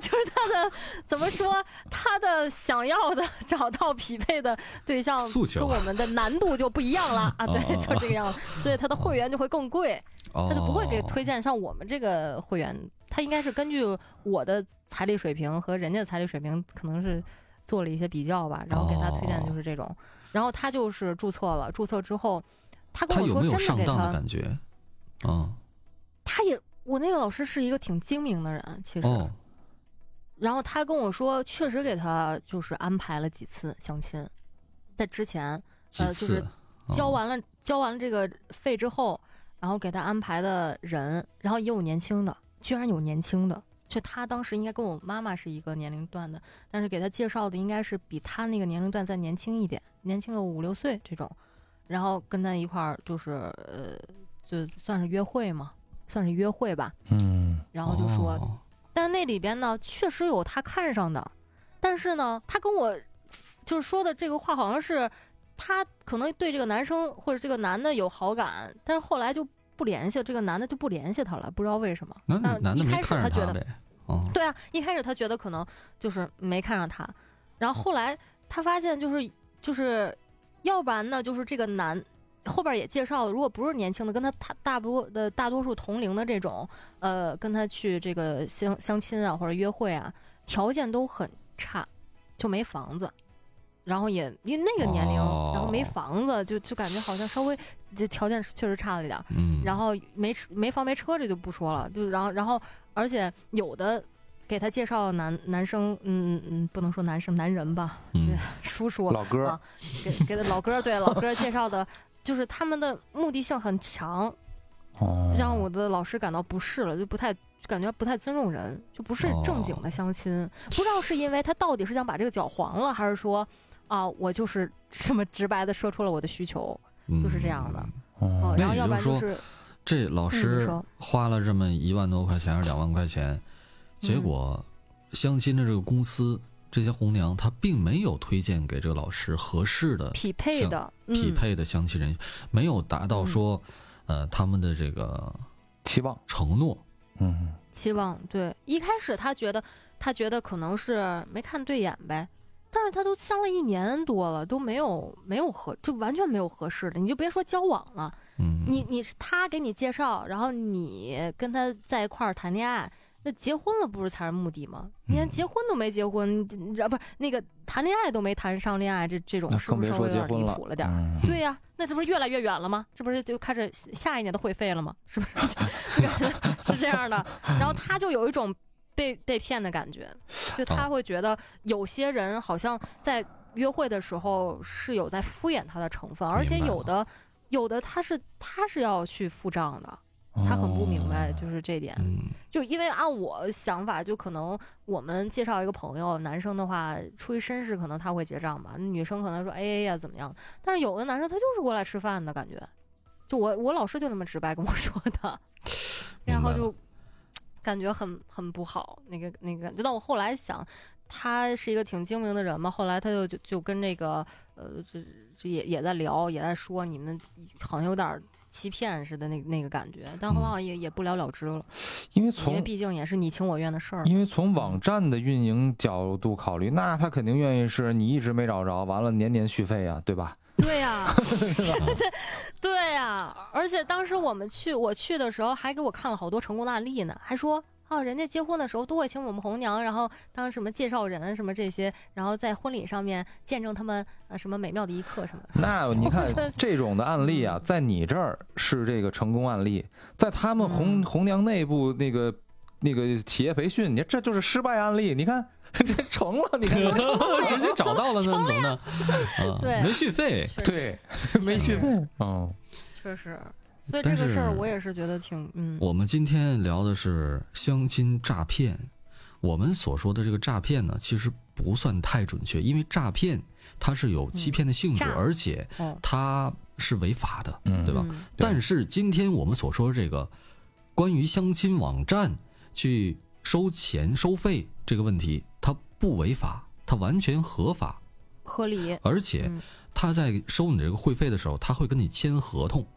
的怎么说，他的想要的找到匹配的对象跟我们的难度就不一样了啊，对，就这个样子，所以他的会员就会更贵，他就不会给推荐像我们这个会员，他应该是根据我的财力水平和人家的财力水平可能是做了一些比较吧，然后给他推荐的就是这种，然后他就是注册了，注册之后他跟我说真的给他， 他有没有上当的感觉？ 他也，我那个老师是一个挺精明的人，其实。然后他跟我说，确实给他就是安排了几次相亲，在之前，就是交完了这个费之后，然后给他安排的人，然后也有年轻的，居然有年轻的，就他当时应该跟我妈妈是一个年龄段的，但是给他介绍的应该是比他那个年龄段再年轻一点，年轻个5、6岁这种，然后跟他一块儿就是就算是约会嘛，算是约会吧，然后就说。但那里边呢，确实有他看上的，但是呢，他跟我就是说的这个话，好像是他可能对这个男生或者这个男的有好感，但是后来就不联系，这个男的就不联系他了，不知道为什么。 男的没看上他呗？ 对啊，一开始他觉得可能就是没看上他，然后后来他发现就是要不然呢，就是这个男。后边也介绍了，如果不是年轻的，跟他大多数同龄的这种，跟他去这个相亲啊或者约会啊，条件都很差，就没房子，然后也因为那个年龄，然后没房子，就感觉好像稍微这条件确实差了一点，然后没房没车这就不说了，就然后而且有的给他介绍男生，不能说男生，男人吧，叔叔老哥啊，给他老哥对老哥介绍的。就是他们的目的性很强，让我的老师感到不适了，就感觉不太尊重人，就不是正经的相亲。不知道是因为他到底是想把这个搅黄了，还是说啊，我就是这么直白的说出了我的需求，就是这样的。然后要不然就是这老师花了这么1万多块钱还是2万块钱，结果相亲的这个公司。这些红娘她并没有推荐给这个老师合适的匹配的相亲人，没有达到说，他们的这个期望承诺， 期望对。一开始他觉得可能是没看对眼呗，但是他都相了1年多了，都没有就完全没有合适的，你就别说交往了，你是他给你介绍，然后你跟他在一块儿谈恋爱。那结婚了不是才是目的吗？你看结婚都没结婚，不是那个谈恋爱都没谈上恋爱，这种是不是稍微有点离谱了点？对呀，那这不是越来越远了吗？这不是就开始下一年的会费了吗？是不是？是这样的。然后他就有一种被骗的感觉，就他会觉得有些人好像在约会的时候是有在敷衍他的成分，而且有的他是要去付账的。他很不明白，就是这点，就因为按我想法，就可能我们介绍一个朋友，男生的话出于绅士，可能他会结账吧，女生可能说AA呀怎么样，但是有的男生他就是过来吃饭的感觉，就我老师就那么直白跟我说的，然后就感觉很不好，那个，就到我后来想，他是一个挺精明的人嘛，后来他就跟那个这也在聊，也在说你们好像有点欺骗似的那个感觉，但后来也不了了之了，因为毕竟也是你情我愿的事儿。 因为从网站的运营角度考虑，那他肯定愿意是你一直没找着，完了年年续费啊，对吧？ 对呀，对呀，而且当时我去的时候还给我看了好多成功的案例呢，还说。人家结婚的时候都会请我们红娘，然后当什么介绍人什么这些，然后在婚礼上面见证他们什么美妙的一刻什么的。 那你看这种的案例啊，在你这儿是这个成功案例，在他们红娘内部那个企业培训，你看这就是失败案例。你看这成了，你看直接找到了呢，怎么呢？ 对， 没续费， 对，没续费， 确实。所以这个事儿我也是觉得挺我们今天聊的是相亲诈骗，我们所说的这个诈骗呢，其实不算太准确，因为诈骗它是有欺骗的性质，而且它是违法的，对吧？但是今天我们所说的这个关于相亲网站去收钱收费这个问题，它不违法，它完全合法合理， 而且他在收你这个会费的时候，他会跟你签合同。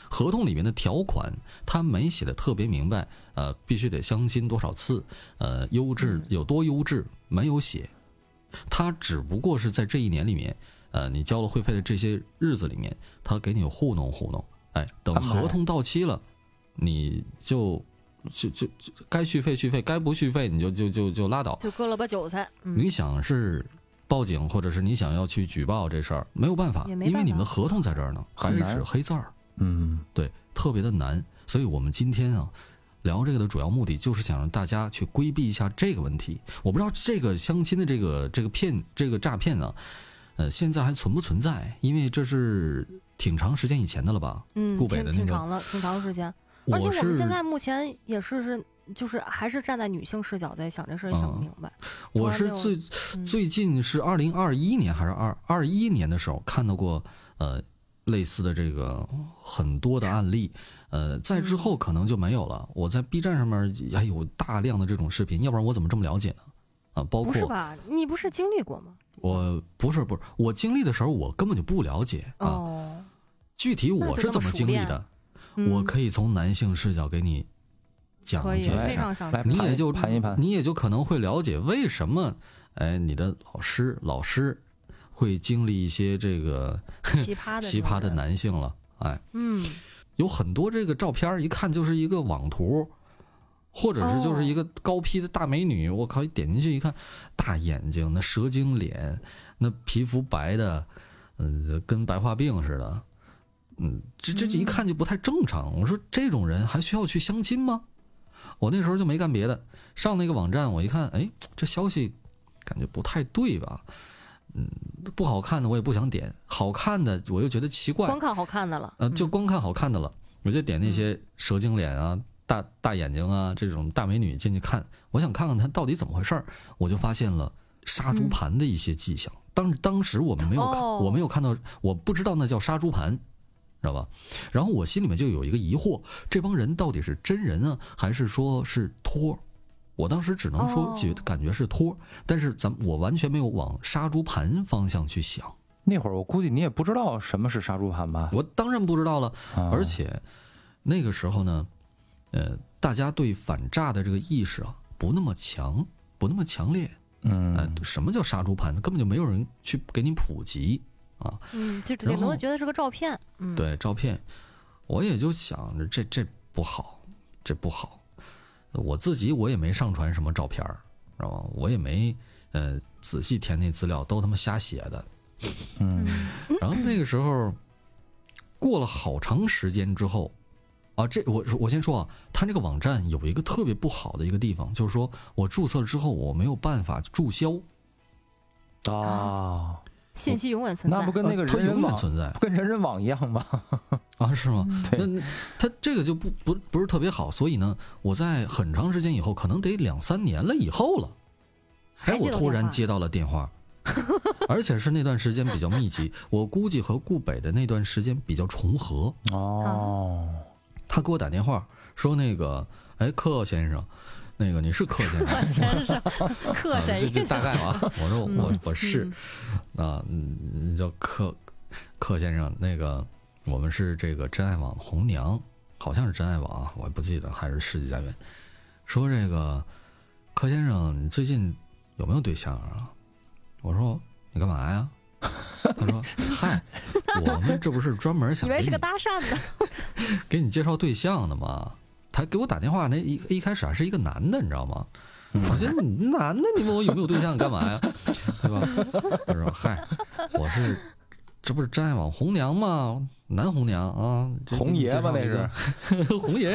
合同里面的条款他没写的特别明白，必须得相亲多少次，优质有多优质没有写，他只不过是在这1年里面，你交了会费的这些日子里面，他给你糊弄糊弄，哎，等合同到期了，你就该续费续费，该不续费你就拉倒， 就割了把韭菜。 你想是报警，或者是你想要去举报这事儿，没有办法，因为你们的合同在这儿呢，白纸黑字儿。对，特别的难。所以我们今天啊聊这个的主要目的就是想让大家去规避一下这个问题。我不知道这个相亲的这个诈骗呢，现在还存不存在？因为这是挺长时间以前的了吧？顾北的那个挺长时间。而且我们现在目前也就是还是站在女性视角在想这事儿，想不明白。 我是最近是2021年还是21年的时候看到过类似的这个很多的案例，在之后可能就没有了。我在 B 站上面还有大量的这种视频，要不然我怎么这么了解呢？包括不是吧？你不是经历过吗？ 我不是，我经历的时候我根本就不了解啊。具体我是怎么经历的，我可以从男性视角给你讲解一下，你也就可能会了解为什么你的老师会经历一些这个奇葩的男性了，有很多这个照片一看就是一个网图，或者是就是一个高 P 的大美女，我靠，一点进去一看，大眼睛，那蛇精脸，那皮肤白的，跟白化病似的，这一看就不太正常。我说这种人还需要去相亲吗？我那时候就没干别的，上那个网站我一看，这消息感觉不太对吧？不好看的我也不想点，好看的我又觉得奇怪， 光看好看的了， 就光看好看的了，我就点那些蛇精脸啊、大眼睛啊这种大美女进去看，我想看看她到底怎么回事，我就发现了杀猪盘的一些迹象。当时我们没有看，我没有看到，我不知道那叫杀猪盘，知道吧？然后我心里面就有一个疑惑，这帮人到底是真人啊，还是说是托？我当时只能说感觉是托，但是我完全没有往杀猪盘方向去想。 那会儿我估计你也不知道什么是杀猪盘吧？ 我当然不知道了，而且那个时候呢，大家对反诈的这个意识不那么强，不那么强烈。什么叫杀猪盘？根本就没有人去给你普及啊。 就顶多觉得是个照片。 对，照片，我也就想着这不好，这不好。我自己也没上传什么照片，知道吧？我也没仔细填那资料，都他妈瞎写的。然后那个时候过了好长时间之后我先说他这个网站有一个特别不好的一个地方，就是说我注册了之后我没有办法注销信息永远存在， 那不跟那个人永远存在， 跟人人网一样吗？ 是吗？那他这个就不是特别好，所以呢，我在很长时间以后，可能得2-3年了以后了，我突然接到了电话，而且是那段时间比较密集，我估计和顾北的那段时间比较重合。他给我打电话说那个，柯先生。那个你是柯先生？ 柯先生， 这大概我说我是你叫柯先生。那个我们是这个真爱网红娘，好像是真爱网我也不记得，还是世纪佳缘。说这个柯先生，你最近有没有对象啊？我说你干嘛呀？他说嗨，我们这不是专门想以为是个搭讪的， 给你介绍对象的吗？他给我打电话，那一开始还是一个男的，你知道吗？我觉得男的，你问我有没有对象干嘛呀？对吧？他说嗨，这不是真爱网红娘吗？男红娘啊， 红爷吧那是红爷。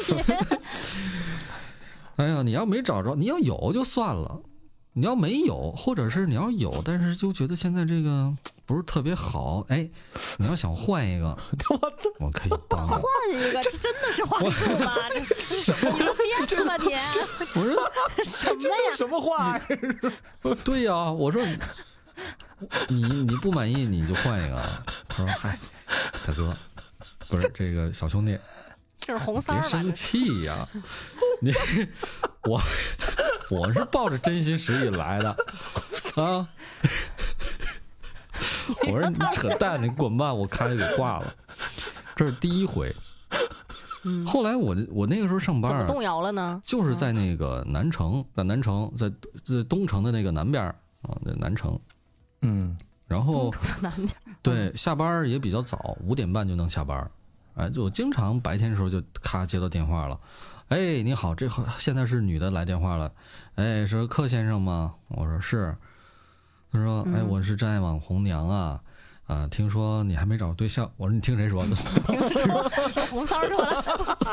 哎呀，你要没找着，你要有就算了，你要没有，或者是你要有，但是就觉得现在这个不是特别好，你要想换一个，我可以帮换一个，这真的是话术吗？这什么？你都编的吧你？ 我说什么呀？ 什么话？ 对呀，我说你不满意你就换一个。他说嗨，大哥，不是这个小兄弟， 这是红三儿， 别生气呀！我是抱着真心实意来的啊！我说你扯淡，你滚吧！我开就给挂了。 这是第一回。后来我那个时候上班， 怎么动摇了呢？ 就是在那个南城，在东城的那个南边啊，在南城。然后南边对，下班也比较早，5点半就能下班。哎，就我经常白天的时候就咔接到电话了。哎，你好，现在是女的来电话了。哎，是柯先生吗？我说是。他说：“哎，我是真爱网红娘啊，听说你还没找对象。”我说：“你听谁说的？” 听红三说的。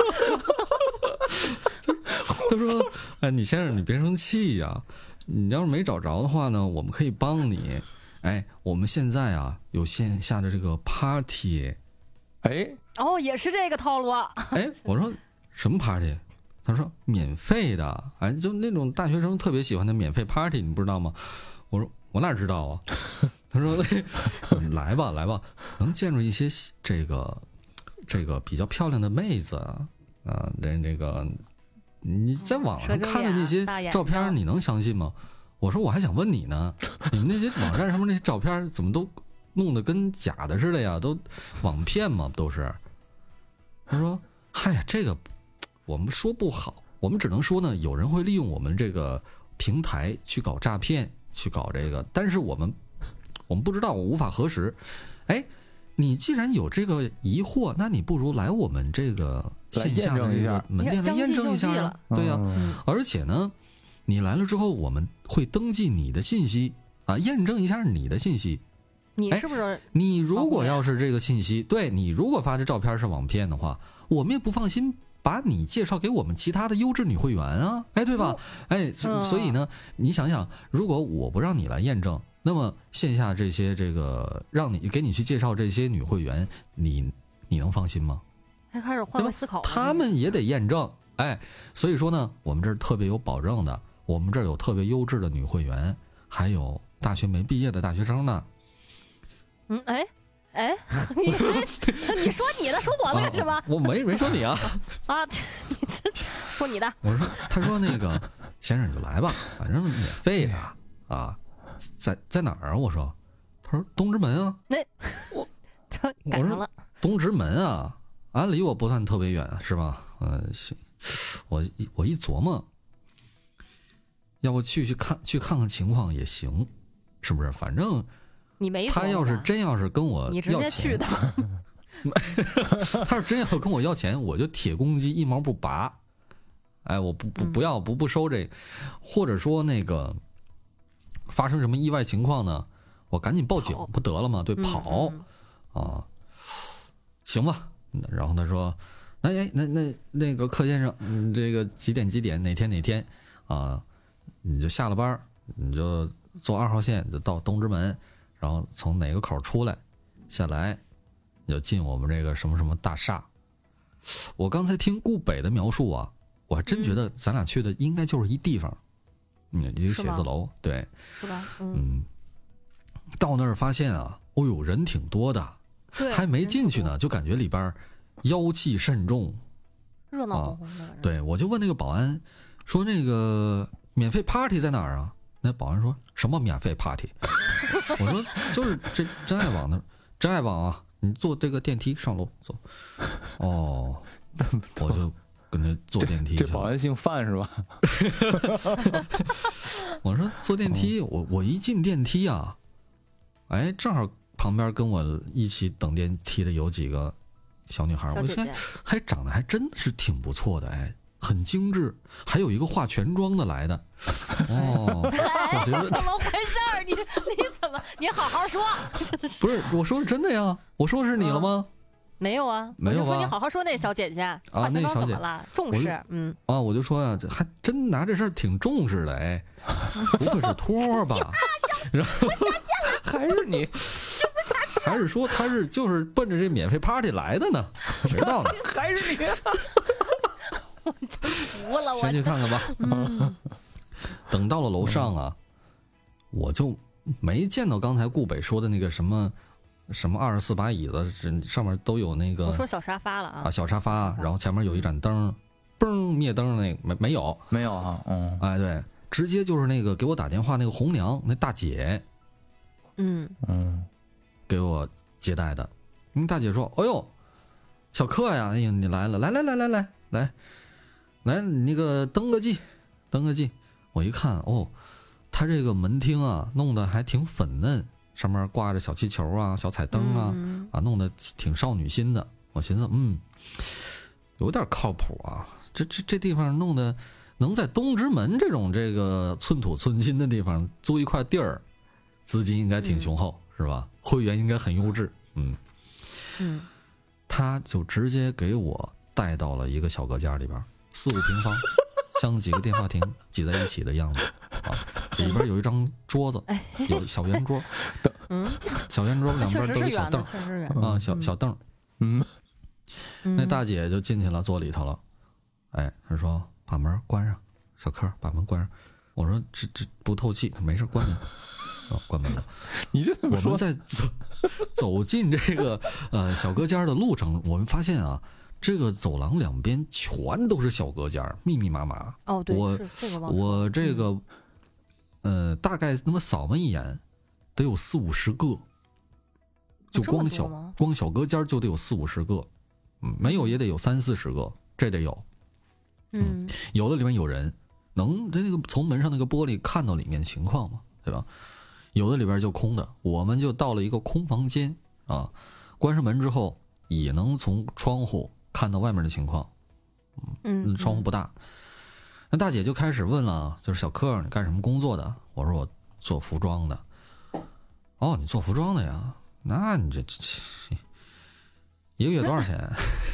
他说：“哎，你先生，你别生气呀。你要是没找着的话呢，我们可以帮你。哎，我们现在啊有线下的这个 party。 哎， 哦，也是这个套路啊。 哎，我说什么 party？” 他说免费的，哎，就那种大学生特别喜欢的免费 party， 你不知道吗？我说我哪知道啊？他说来吧，能见着一些这个比较漂亮的妹子啊，这个你在网上看的那些照片，你能相信吗？我说我还想问你呢，你们那些网站上面那些照片怎么都弄得跟假的似的呀？都网骗吗？都是。他说嗨，这个我们说不好，我们只能说呢，有人会利用我们这个平台去搞诈骗，去搞这个，但是我们不知道，我无法核实。哎，你既然有这个疑惑，那你不如来我们这个线下的这个门店来验证一下啊。对呀，而且呢，你来了之后，我们会登记你的信息啊，验证一下你的信息。 你是不是？ 你如果要是这个信息，对，你如果发这照片是网骗的话，我们也不放心把你介绍给我们其他的优质女会员啊，哎，对吧？哎，所以呢，你想想，如果我不让你来验证，那么线下这些这个给你去介绍这些女会员，你能放心吗？ 还开始换位思考， 他们也得验证，哎，所以说呢，我们这儿特别有保证的，我们这儿有特别优质的女会员，还有大学没毕业的大学生呢。 你说你的，说我的是吗？ 我没说你啊。 啊，你这说你的。 我说，他说那个先生你就来吧，反正免费的啊，在哪儿啊？我说，他说东直门啊。我赶上了。 东直门啊，离我不算特别远，是吧？行，我一琢磨，要不去看看情况也行，是不是？反正。 你没他要是真要是跟我要钱， 你直接去的。 他是真要跟我要钱，我就铁公鸡一毛不拔。哎，我不要不收这，或者说那个发生什么意外情况呢，我赶紧报警不得了吗？对，跑啊，行吧。然后他说，那个柯先生，这个几点哪天啊，你就下了班，你就坐2号线就到东直门。然后从哪个口出来，下来，你就进我们这个什么什么大厦。我刚才听顾北的描述啊，我还真觉得咱俩去的应该就是一地方，一个写字楼，对， 是吧？ 到那儿发现啊，哦呦，人挺多的，还没进去呢，就感觉里边妖气甚重， 热闹哄哄的。 对，我就问那个保安，说那个免费 party 在哪儿啊？那保安说什么免费 party？ 我说就是这真爱网啊，你坐这个电梯上楼走。哦，我就跟着坐电梯去了。 这保安姓范是吧？ 我说坐电梯，我一进电梯啊，哎，正好旁边跟我一起等电梯的有几个小女孩，我觉得还长得还真是挺不错的，哎。很精致，还有一个化全妆的来的。哦，我觉得怎么回事？你怎么？你好好说。 不是，我说是真的呀。我说是你了吗？ 没有啊， 没有啊。 我就说你好好说那小姐姐啊， 那小姐怎么了？重视， 我就说呀，这还真拿这事儿挺重视的，哎，不会是托吧？然后还是你， 还是说他就是奔着这免费 party 来的呢？谁知道呢？ 还是你。 我真服了， 先去看看吧。等到了楼上啊，我就没见到刚才顾北说的那个什么24把椅子，上面都有那个。 我说小沙发了啊， 小沙发，然后前面有一盏灯，嘣灭灯那个没有啊， 哎对，直接就是那个给我打电话那个红娘那大姐，给我接待的。大姐说：“哎呦。” 小克呀，哎呀，你来了，来，你那个登个记。我一看，哦，他这个门厅啊，弄得还挺粉嫩，上面挂着小气球啊、小彩灯啊，弄得挺少女心的。我寻思，有点靠谱啊，这地方弄得能在东直门这个寸土寸金的地方租一块地儿，资金应该挺雄厚，是吧？会员应该很优质，他就直接给我带到了一个小隔间里边，4、5平方。像几个电话亭挤在一起的样子啊，里边有一张桌子，有小圆桌，小圆桌两边都有小凳啊，小凳，那大姐就进去了，坐里头了，哎，她说把门关上，小柯把门关上，我说这不透气，他没事关门，关门了。 你这我们在走进这个小隔间的路程，我们发现啊。这个走廊两边全都是小隔间，密密麻麻。 哦，对， 我这个大概那么扫门一眼，得有40、50个，就光小隔间就得有40、50个，没有也得有30、40个，这得有。有的里面有人能那个从门上那个玻璃看到里面情况嘛，对吧？有的里边就空的，我们就到了一个空房间啊，关上门之后也能从窗户看到外面的情况，窗户不大。那大姐就开始问了，就是小柯，你干什么工作的？我说我做服装的。哦，你做服装的呀？那你这一个月多少钱？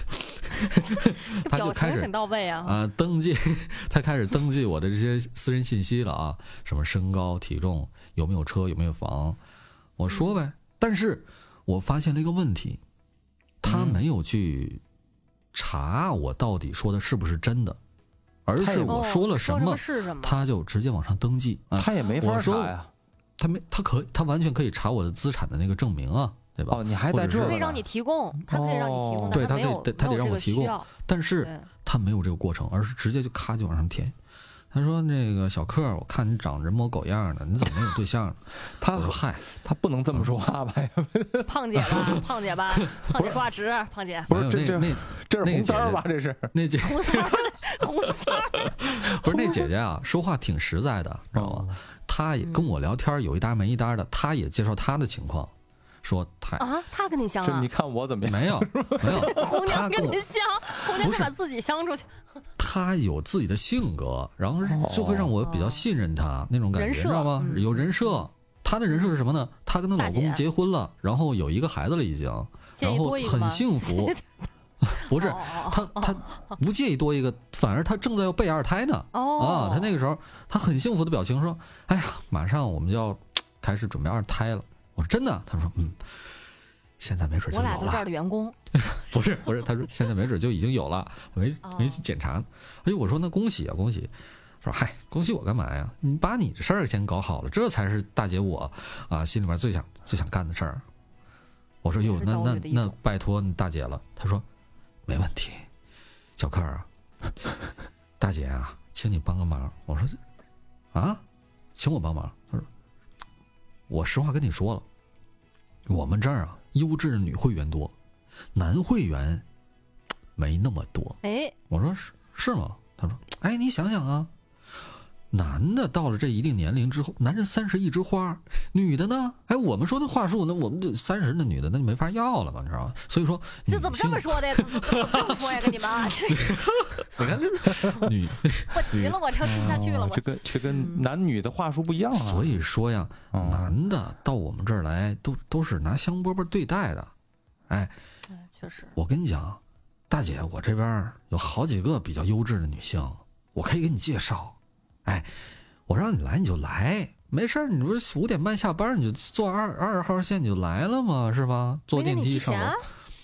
他就开始挺到位啊， 登记，他开始登记我的这些私人信息了啊，什么身高、体重，有没有车，有没有房，我说呗。但是我发现了一个问题，他没有去查我到底说的是不是真的，而是我说了什么，他就直接往上登记。 他也没法查呀， 他完全可以查我的资产的那个证明啊，对吧？ 哦，你还在这儿， 可以让你提供，他可以让你提供， 对，他得让我提供，但是他没有这个过程，而是直接就咔就往上填。他说：“那个小柯，我看你长人模狗样的，你怎么没有对象呢？”我说：“嗨， 他不能这么说话吧？ 胖姐吧，胖姐说话直，胖姐不是这是红三儿吧？这是那姐红三儿， 不是那姐姐啊，说话挺实在的，知道吗？她也跟我聊天，有一搭没一搭的，她也介绍她的情况。”说他跟你相啊？ 你看我怎么样？ 没有， 红娘跟你相，红娘是把自己相出去。 他有自己的性格，然后就会让我比较信任他那种感觉，知道吗？有人设，他的人设是什么呢？她跟她老公结婚了，然后有一个孩子了已经，然后很幸福。不是，她不介意多一个，反而她正在要备2胎呢。她那个时候她很幸福的表情说：“哎呀，马上我们就要开始准备2胎了。”我说真的，他说现在没准就有了。 我俩就这儿的员工， 不是，他说现在没准就已经有了，没去检查。哎呦，我说那恭喜啊，恭喜！说嗨，恭喜我干嘛呀？你把你的事儿先搞好了，这才是大姐我啊心里面最想干的事儿。我说哟，那拜托你大姐了。他说没问题，小柯啊，大姐啊，请你帮个忙。我说啊，请我帮忙？他说。我实话跟你说了，我们这儿啊，优质的女会员多，男会员没那么多。我说是吗？他说，你想想啊，男的到了这一定年龄之后，男人30一枝花，女的呢？我们说的话术，那我们这30的女的那就没法要了嘛，你知道吧？所以说， 这怎么这么说的？怎么这么说呀？跟你们， 你看这女， 我急了，我听不下去了。 这跟男女的话术不一样啊。 所以说呀，男的到我们这儿来，都是拿香饽饽对待的。 确实。我跟你讲，大姐，我这边有好几个比较优质的女性，我可以给你介绍。我让你来你就来，没事你不是5点半下班你就坐2号线你就来了吗？是吧？坐电梯上楼。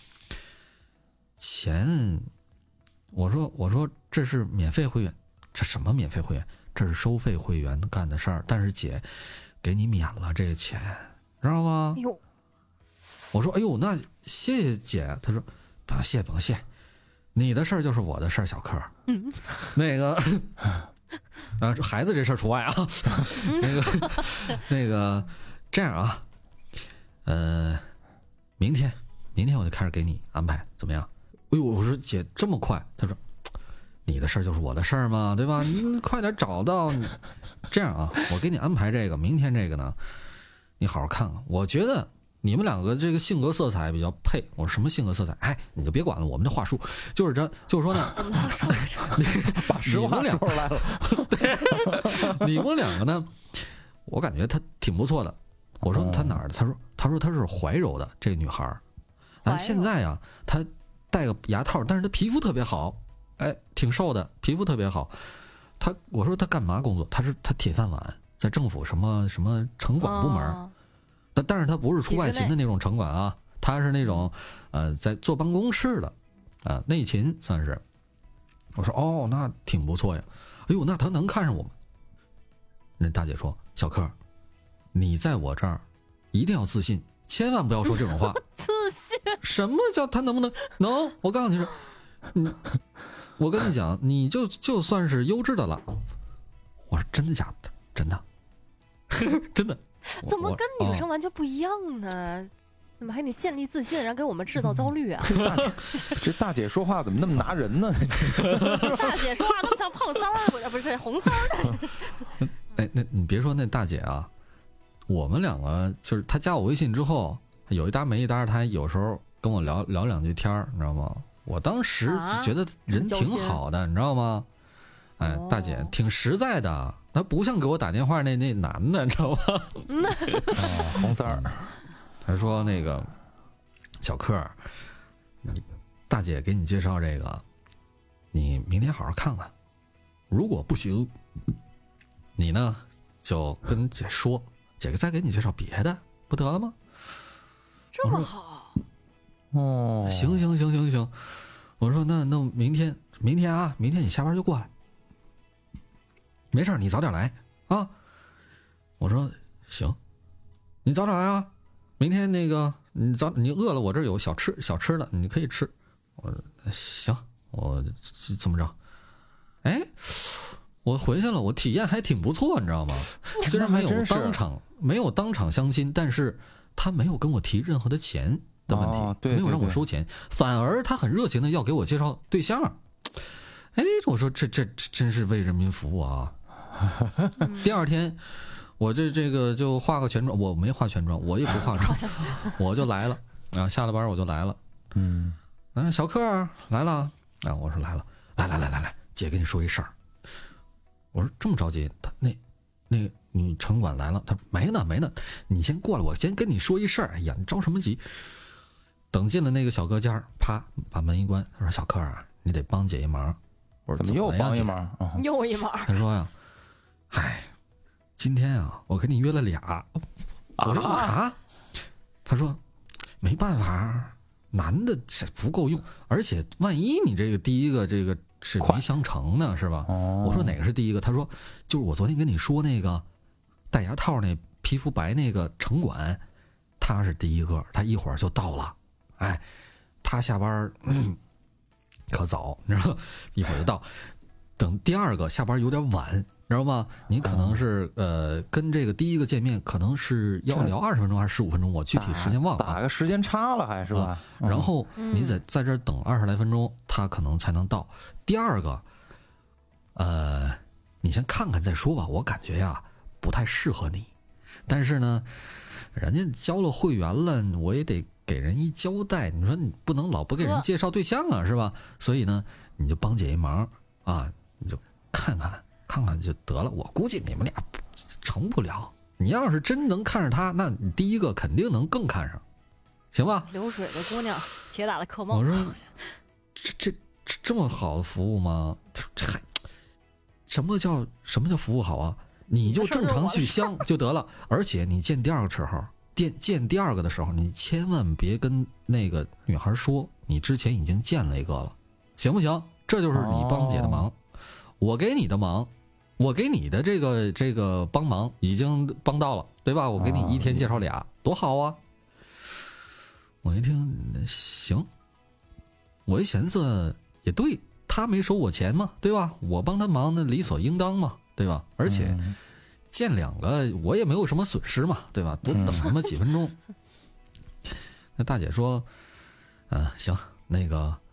钱，我说这是免费会员，这什么免费会员？这是收费会员干的事儿。但是姐，给你免了这个钱，知道吗？我说那谢谢姐。他说不用谢，你的事儿就是我的事儿，小柯。那个。孩子这事儿除外啊。那个，这样啊，明天我就开始给你安排，怎么样？ 哎呦，我说姐这么快？他说你的事儿就是我的事儿嘛，对吧？你快点找到。这样啊，我给你安排这个，明天这个呢，你好好看看。我觉得你们两个这个性格色彩比较配。我说什么性格色彩？哎，你就别管了，我们的话术就是就是说呢， 把实话说出来了。 对，你们两个呢，我感觉她挺不错的。我说她哪儿的？她说她是怀柔的这个女孩儿。现在啊，她戴个牙套，但是她皮肤特别好，哎，挺瘦的，皮肤特别好。我说她干嘛工作？她铁饭碗，在政府什么城管部门。但是她不是出外勤的那种城管啊，她是那种在坐办公室的啊，内勤算是。我说哦，那挺不错呀。哎呦，那她能看上我吗？那大姐说：“小柯，你在我这儿一定要自信，千万不要说这种话。” 自信？ 什么叫他能不能？我告诉你是，我跟你讲，你就算是优质的了。我说真的假的？真的，真的。 怎么跟女生完全不一样呢？怎么还得建立自信，然后给我们制造焦虑啊？ 这大姐说话怎么那么拿人呢？ 大姐说话那么像胖三儿，不是红三儿。 哎，那你别说那大姐啊，我们两个就是她加我微信之后，有一搭没一搭，她有时候跟我聊两句天你知道吗？我当时觉得人挺好的，你知道吗？哎，大姐挺实在的，她不像给我打电话那男的，你知道吗？ 红三儿， 他说那个小柯，大姐给你介绍这个，你明天好好看看，如果不行，你呢就跟姐说，姐再给你介绍别的，不得了吗？ 这么好哦， 行，我说那明天啊，明天你下班就过来，没事你早点来啊。我说行，你早点来啊。明天那个你饿了，我这儿有小吃的，你可以吃。我说行，我这么着。哎，我回去了，我体验还挺不错，你知道吗？虽然没有当场相亲，但是他没有跟我提任何的钱的问题， 对， 没有让我收钱，反而他很热情的要给我介绍对象。哎，我说这真是为人民服务啊！第二天。我这个就化个全妆，我没化全妆，我也不化妆，我就来了啊！下了班我就来了，小柯来了啊！我说来了，来，姐跟你说一事儿。我说这么着急？他那女城管来了，他说没呢，你先过来，我先跟你说一事儿。哎呀，你着什么急？等进了那个小隔间，啪把门一关，他说小柯啊，你得帮姐一忙。我说怎么又帮一忙？ 又一忙？ 他说呀，哎。今天啊，我跟你约了俩。我说啊，他说没办法，男的这不够用，而且万一你这个第一个这个是没相成呢，是吧？我说哪个是第一个？他说就是我昨天跟你说那个戴牙套那皮肤白那个城管，他是第一个，他一会儿就到了。哎，他下班可早，你知道，一会儿就到。等第二个下班有点晚。知道吗？你可能是跟这个第一个见面，可能是要聊20分钟还是15分钟，我具体时间忘了。 打个时间差了还是吧？ 然后你在这儿等20来分钟，他可能才能到。第二个，你先看看再说吧。我感觉呀不太适合你，但是呢，人家交了会员了，我也得给人一交代。你说你不能老不给人介绍对象啊，是吧？所以呢，你就帮姐一忙啊，你就看看就得了。我估计你们俩成不了。你要是真能看上他，那你第一个肯定能更看上，行吧？ 流水的姑娘，铁打的客梦。 我说这么好的服务吗？这还什么叫服务好啊？你就正常去相就得了。而且你见第二个时候，见第二个的时候，你千万别跟那个女孩说你之前已经见了一个了，行不行？这就是你帮姐的忙。我给你的忙，我给你的这个帮忙已经帮到了，对吧？我给你一天介绍俩，多好啊！我一听行，我一寻思也对，他没收我钱嘛，对吧？我帮他忙那理所应当嘛，对吧？而且见两个我也没有什么损失嘛，对吧？多等那么几分钟。那大姐说，行，那个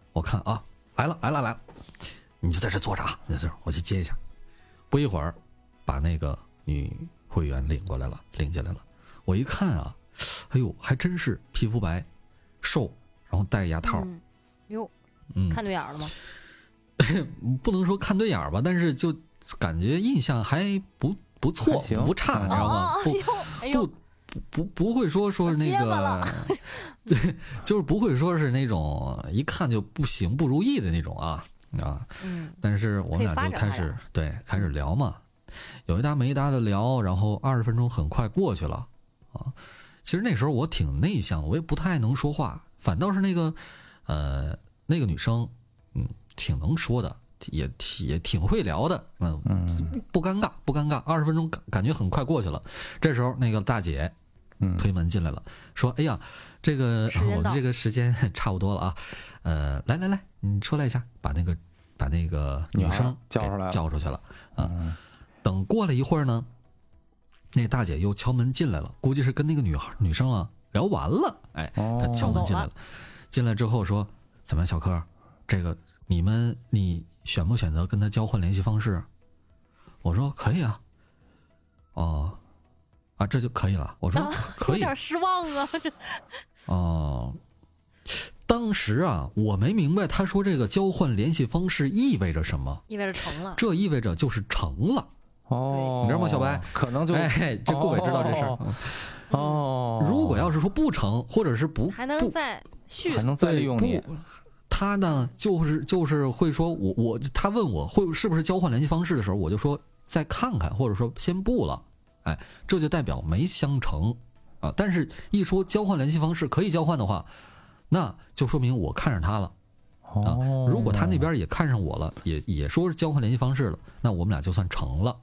我看啊，来了，你就在这坐着啊，在这我去接一下。不一会儿，把那个女会员领进来了。我一看啊，哎呦，还真是皮肤白，瘦，然后戴牙套。 看对眼了吗？ 不能说看对眼吧，但是就感觉印象还不错，不差，你知道吗？不会说那个，对，就是不会说是那种一看就不行不如意的那种啊。但是我们俩就开始聊嘛，有一搭没一搭的聊，然后20分钟很快过去了啊。其实那时候我挺内向，我也不太能说话，反倒是那个女生，挺能说的，也挺会聊的，不尴尬，20分钟感觉很快过去了。这时候那个大姐推门进来了，说：“哎呀，我们这个时间差不多了啊，来，你出来一下，把那个女生叫出去了啊。等过了一会儿呢，那大姐又敲门进来了，估计是跟那个女生啊聊完了，她敲门进来了，进来之后说：怎么样，小柯，这个你选不选择跟他交换联系方式？我说可以啊。这就可以了。我说可以。 有点失望啊，这。 当时啊，我没明白他说这个交换联系方式意味着什么。 意味着成了。 这意味着就是成了。你知道吗，小白？ 可能就这顾伟知道这事儿。如果要是说不成，或者是还能再续， 还能再利用你。 他呢，就是会说他问我是不是交换联系方式的时候，我就说再看看，或者说先不了。这就代表没相成啊。但是一说交换联系方式可以交换的话，那就说明我看上他了啊。如果他那边也看上我了，也说是交换联系方式了，那我们俩就算成了。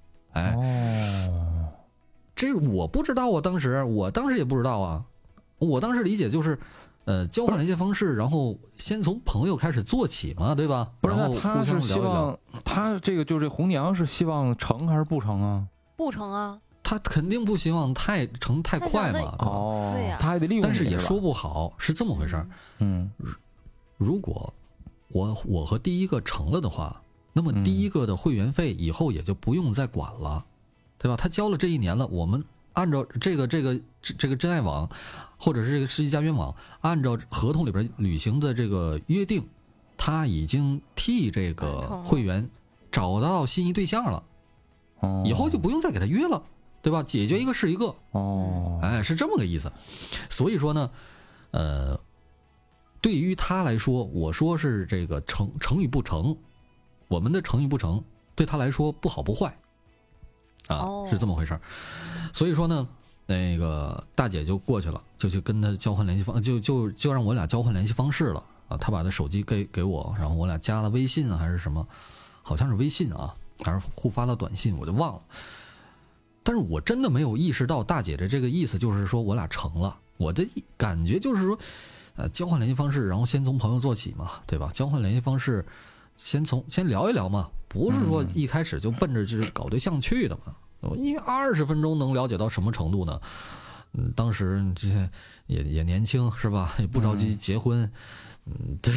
这我不知道，我当时也不知道啊。我当时理解就是交换联系方式，然后先从朋友开始做起嘛，对吧？ 不是， 然后他是希望他这红娘是希望成还是不成啊？ 不成啊， 他肯定不希望太快嘛。 对呀， 他还得利用你， 但是也说不好是这么回事。如果我和第一个成了的话，那么第一个的会员费以后也就不用再管了，对吧？他交了这1年了，我们按照这个真爱网或者是这个世纪佳缘网按照合同里边履行的这个约定，他已经替这个会员找到心仪对象了。以后就不用再给他约了，对吧？解决一个是一个。是这么个意思。所以说呢，对于他来说，我说是这个成与不成，我们的成与不成对他来说不好不坏是这么回事。所以说呢，那个大姐就过去了，就去跟他交换联系方，就让我俩交换联系方式了啊。他把他手机给我，然后我俩加了微信还是什么，好像是微信啊，还是互发了短信，我就忘了。但是我真的没有意识到大姐的这个意思，就是说我俩成了。我的感觉就是说，交换联系方式，然后先从朋友做起嘛，对吧？交换联系方式，先聊一聊嘛，不是说一开始就奔着就是搞对象去的嘛。因为20分钟能了解到什么程度呢？当时这些也年轻是吧？也不着急结婚。对。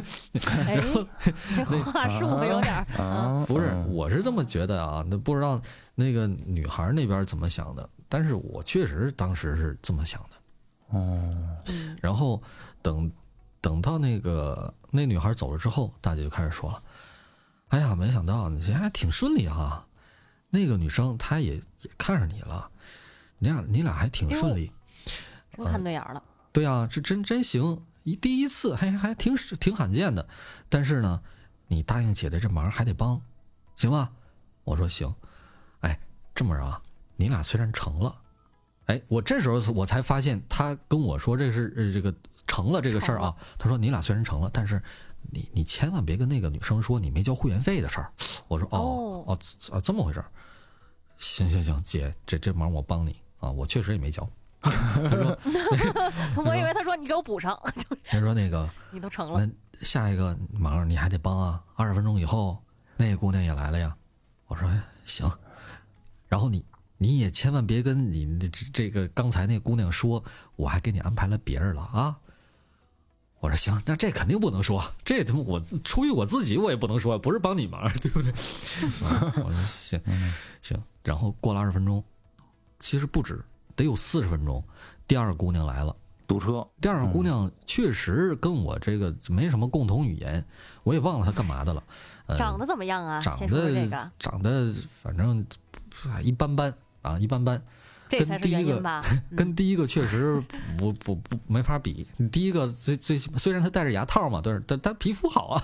这话术有点不是，我是这么觉得啊。那不知道那个女孩那边怎么想的，但是我确实当时是这么想的。然后等到那女孩走了之后，大姐就开始说了：“哎呀，没想到你这还挺顺利哈。那个女生她也看上你了，你俩还挺顺利， 真看对眼了。 对啊，这真行。第一次还挺罕见的，但是呢，你答应姐的这忙还得帮，行吧？”我说行。这么着啊，你俩虽然成了，我这时候我才发现他跟我说这是这个成了这个事儿啊。他说你俩虽然成了，但是你千万别跟那个女生说你没交会员费的事儿。我说这么回事儿。行，姐，这忙我帮你啊，我确实也没交。他说我以为他说你给我补上。 他说那个你都成了， 那下一个忙你还得帮啊。20分钟以后那个姑娘也来了呀。我说行。然后你也千万别跟你这个刚才那个姑娘说我还给你安排了别人了啊。 我说行，那这肯定不能说，这他妈我出于我自己我也不能说，不是帮你忙，对不对？我说行行，然后过了20分钟，其实不止，得有40分钟，第二个姑娘来了， 堵车。 第二个姑娘确实跟我这个没什么共同语言，我也忘了她干嘛的了。 长得怎么样啊？ 长得反正一般般啊，一般般。 这才是原因吧？ 跟第一个确实不没法比。第一个最虽然他戴着牙套嘛，但他皮肤好啊。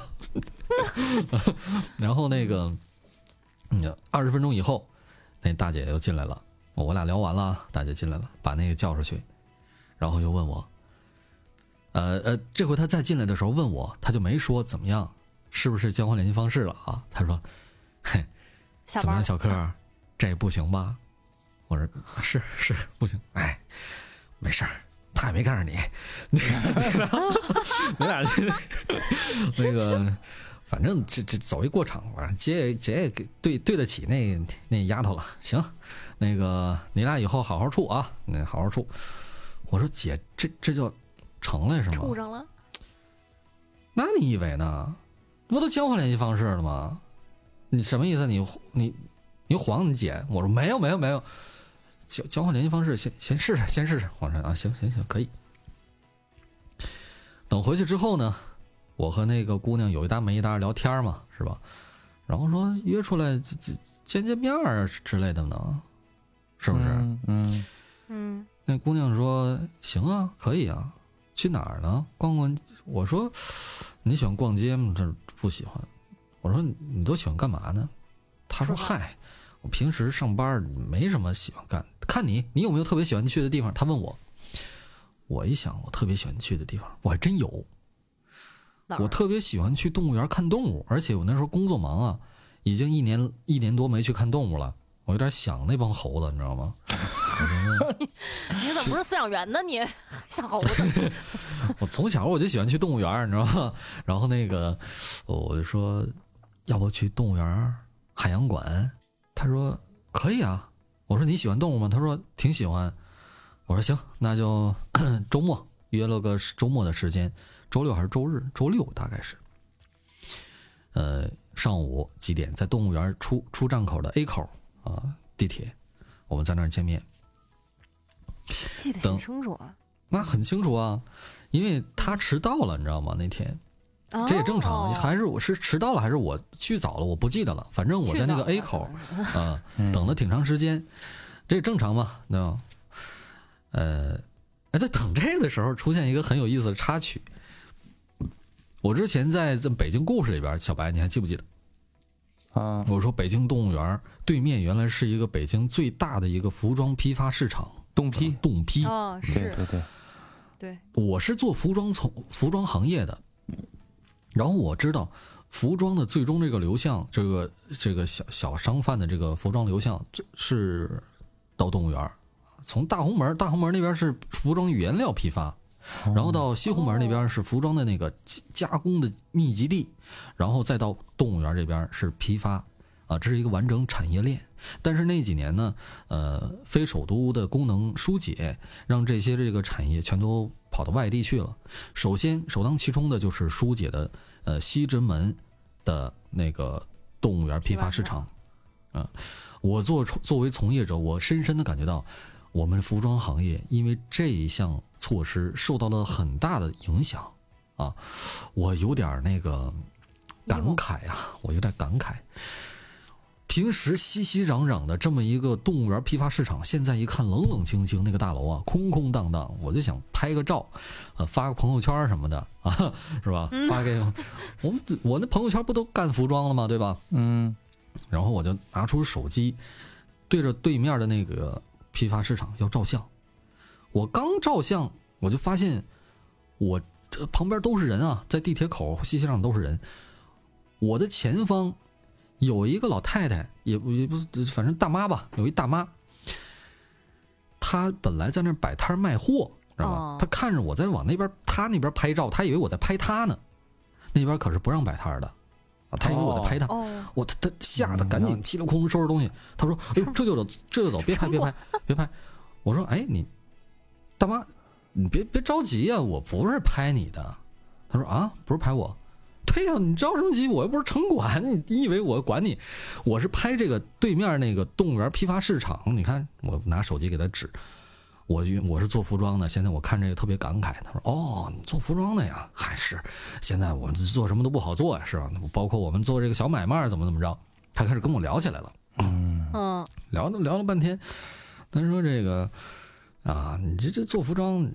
然后那个20分钟以后，那大姐又进来了，我俩聊完了，大姐进来了，把那个叫出去，然后又问我，这回他再进来的时候问我，他就没说怎么样，是不是交换联系方式了啊？他说，嘿，怎么样，小柯，这不行吧？我说是不行，哎，没事儿，他也没看上你，你俩那个，反正这走一过场吧，姐也给对得起那丫头了，行，那个你俩以后好好处啊，那好好处。我说姐，这就成了是吗？ 处上了？ 那你以为呢？不都交换联系方式了吗？你什么意思？你晃你姐？我说没有。交换联系方式，先试试。我说啊，行，可以。等回去之后呢，我和那个姑娘有一搭没一搭聊天嘛，是吧？然后说约出来见面啊之类的呢，是不是？ 嗯。 那姑娘说行啊，可以啊，去哪儿呢？逛逛。我说你喜欢逛街吗？这不喜欢。我说你都喜欢干嘛呢？她说嗨。我平时上班没什么喜欢干，看你有没有特别喜欢去的地方？他问我，我一想，我特别喜欢去的地方，我还真有。我特别喜欢去动物园看动物，而且我那时候工作忙啊，已经一年多没去看动物了，我有点想那帮猴子，你知道吗？ 你怎么不是饲养员呢？你想猴子？ 我从小我就喜欢去动物园，你知道吗？然后那个我就说，要不去动物园、海洋馆？他说可以啊。我说你喜欢动物吗？他说挺喜欢。我说行，那就周末约了个周末的时间，周六还是周日？周六大概是。上午几点在动物园出站口的 A 口啊，地铁，我们在那儿见面。 记得挺清楚啊。 那很清楚啊，因为他迟到了，你知道吗？那天。这也正常，还是我是迟到了，还是我去早了，我不记得了。反正我在那个 A 口等了挺长时间，这也正常嘛，对吧？在等这个的时候，出现一个很有意思的插曲。我之前在北京故事里边，小白你还记不记得？啊，我说北京动物园对面原来是一个北京最大的一个服装批发市场，冻批哦，是，对， 我是做服装行业的。然后我知道服装的最终这个流向，这个小商贩的这个服装流向是到动物园，从大红门那边是服装原料批发，然后到西红门那边是服装的那个加工的密集地，然后再到动物园这边是批发啊，这是一个完整产业链。但是那几年呢，非首都的功能疏解，让这些这个产业全都跑到外地去了。首当其冲的就是疏解的西直门的那个动物园批发市场。我作为从业者，我深深的感觉到，我们服装行业因为这一项措施受到了很大的影响啊，我有点那个感慨啊，我有点感慨。平时熙熙攘攘的这么一个动物园批发市场，现在一看冷冷清清，那个大楼啊空空荡荡，我就想拍个照，发个朋友圈什么的啊，是吧？发给我那朋友圈不都干服装了吗？对吧？然后我就拿出手机，对着对面的那个批发市场要照相。我刚照相，我就发现我这旁边都是人啊，在地铁口熙熙攘攘都是人，我的前方有一个老太太，也不反正大妈吧，有一大妈，她本来在那摆摊卖货，知道吧？她看着我在往她那边拍照，她以为我在拍她呢，那边可是不让摆摊的，她以为我在拍她，她吓得赶紧稀里空收拾东西。她说：“哎呦，这就走，别拍！”我说：“哎，你大妈，你别着急呀，我不是拍你的他说啊，不是拍我。对呀，你着什么急？我又不是城管，你以为我管你？我是拍这个对面那个动物园批发市场。你看，我拿手机给他指，我是做服装的，现在我看这个特别感慨。他说：“哦，你做服装的呀？还是现在我们做什么都不好做呀，是吧？包括我们做这个小买卖怎么着。”他开始跟我聊起来了。聊了半天。他说：“这个啊，你这做服装，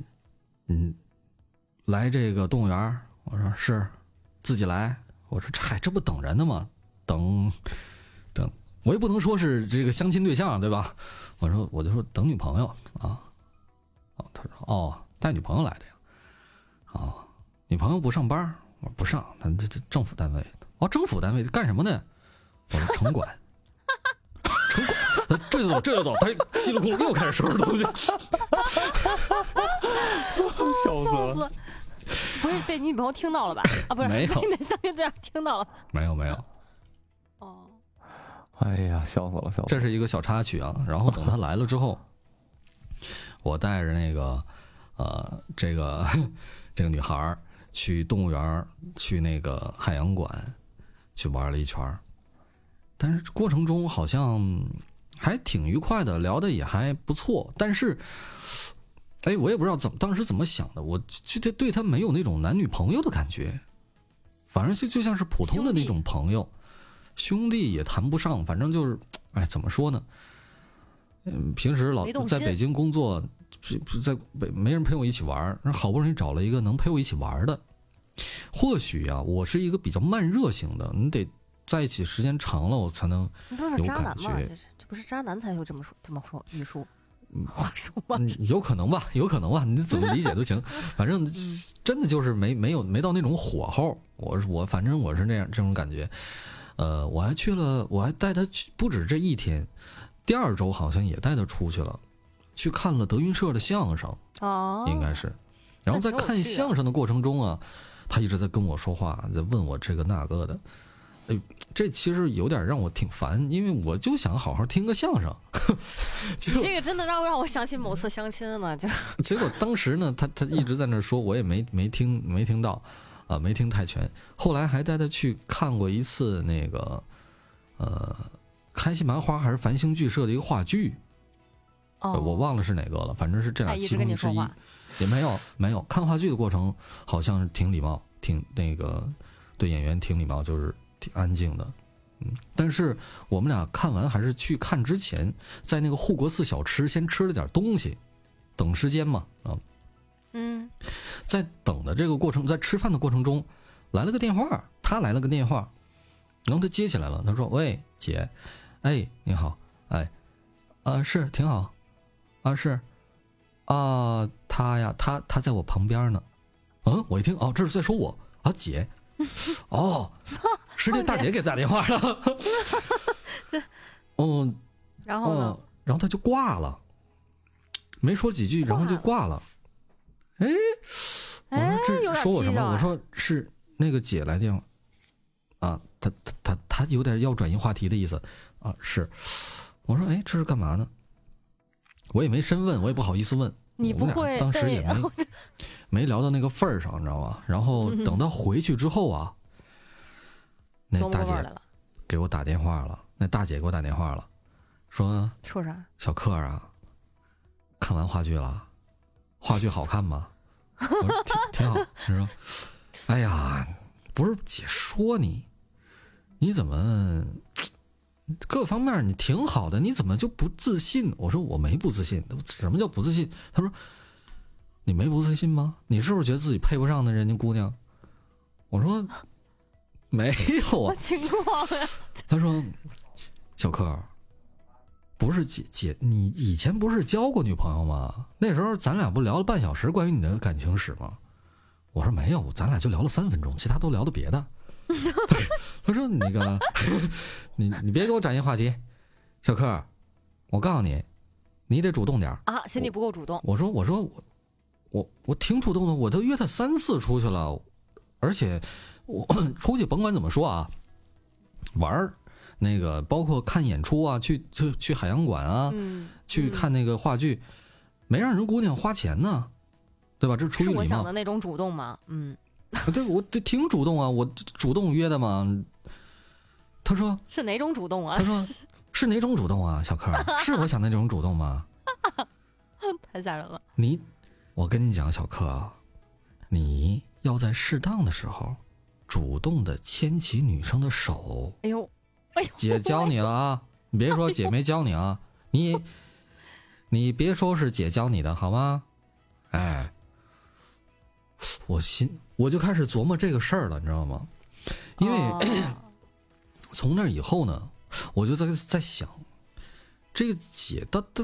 来这个动物园？”我说：“是。”自己来，我说嗨，这不等人呢吗？等，我也不能说是这个相亲对象，对吧？我就说等女朋友啊。他说哦，带女朋友来的呀。啊，女朋友不上班？我说不上，他这政府单位。哦，政府单位干什么的？我说城管。城管，这就走，他稀里糊涂又开始收拾东西。 笑死了。 不是被你女朋友听到了吧？啊，不是， 没有， 被你的相亲对象听到了。 没有。 哦， 哎呀，笑死了。 这是一个小插曲啊。然后等他来了之后，我带着那个这个女孩去动物园，去那个海洋馆去玩了一圈，但是过程中好像还挺愉快的，聊的也还不错，但是。哎，我也不知道当时怎么想的，我就对他没有那种男女朋友的感觉，反正就像是普通的那种朋友，兄弟也谈不上，反正就是，哎，怎么说呢？平时老在北京工作，在没人陪我一起玩，好不容易找了一个能陪我一起玩的。或许呀，我是一个比较慢热型的，你得在一起时间长了，我才能有感觉。 这不是渣男才有这么说语术。话术吧， 有可能吧，你怎么理解都行，反正真的就是没到那种火候。反正我是这种感觉。我还带他去，不止这一天，第二周好像也带他出去了，去看了德云社的相声应该是。然后在看相声的过程中啊，他一直在跟我说话，在问我这个那个的。这其实有点让我挺烦，因为我就想好好听个相声。 这个真的让我想起某次相亲呢， 结果当时呢，他一直在那说，我也没听到，没听太全。后来还带他去看过一次那个，开心麻花还是繁星剧社的一个话剧，我忘了是哪个了，反正是这俩其中之一。也没有看话剧的过程，好像挺礼貌，挺那个对演员挺礼貌，就是挺安静的。但是我们俩看完还是去看之前，在那个护国寺小吃先吃了点东西，等时间嘛在等的这个过程，在吃饭的过程中来了个电话，他来了个电话，然后他接起来了，他说：“喂，姐，哎，你好，哎，是挺好，是，他呀，他在我旁边呢，我一听，这是在说我姐，是这大姐给打电话了， 然后呢？ 然后他就挂了，没说几句，然后就挂了。我说这说我什么？我说是那个姐来电话，他有点要转移话题的意思是。我说这是干嘛呢？我也没深问，我也不好意思问。 你不会当时也没聊到那个份儿上，你知道吗？然后等到回去之后那大姐给我打电话了。说啥？ 小克看完话剧了，话剧好看吗？我说挺好。他说：“哎呀，不是姐说你怎么各方面你挺好的，你怎么就不自信？”我说：“我没不自信，什么叫不自信？”他说：“你没不自信吗？你是不是觉得自己配不上那人家姑娘？”我说：“没有啊。” 情况呀？ 他说：“小克，不是姐，你以前不是交过女朋友吗？那时候咱俩不聊了半小时关于你的感情史吗？”我说：“没有，咱俩就聊了3分钟，其他都聊的别的。”他说：“那个，你别给我转移话题，小克，我告诉你，你得主动点心里不够主动。” 我说我挺主动的，我都约他3次出去了，而且我出去甭管怎么说玩那个包括看演出去海洋馆去看那个话剧，没让人姑娘花钱呢，对吧？这出于礼貌。 是我想的那种主动吗？ 对，我挺主动啊，我主动约的嘛。他说是哪种主动啊？ 他说是哪种主动啊，小柯，是我想的那种主动吗？ 太吓人了。 我跟你讲，小柯啊，你要在适当的时候主动的牵起女生的手。 哎呦， 姐教你了啊，你别说姐没教你啊，你别说是姐教你的好吗？哎，我就开始琢磨这个事儿了，你知道吗？因为、从那以后呢，我就在想，这个姐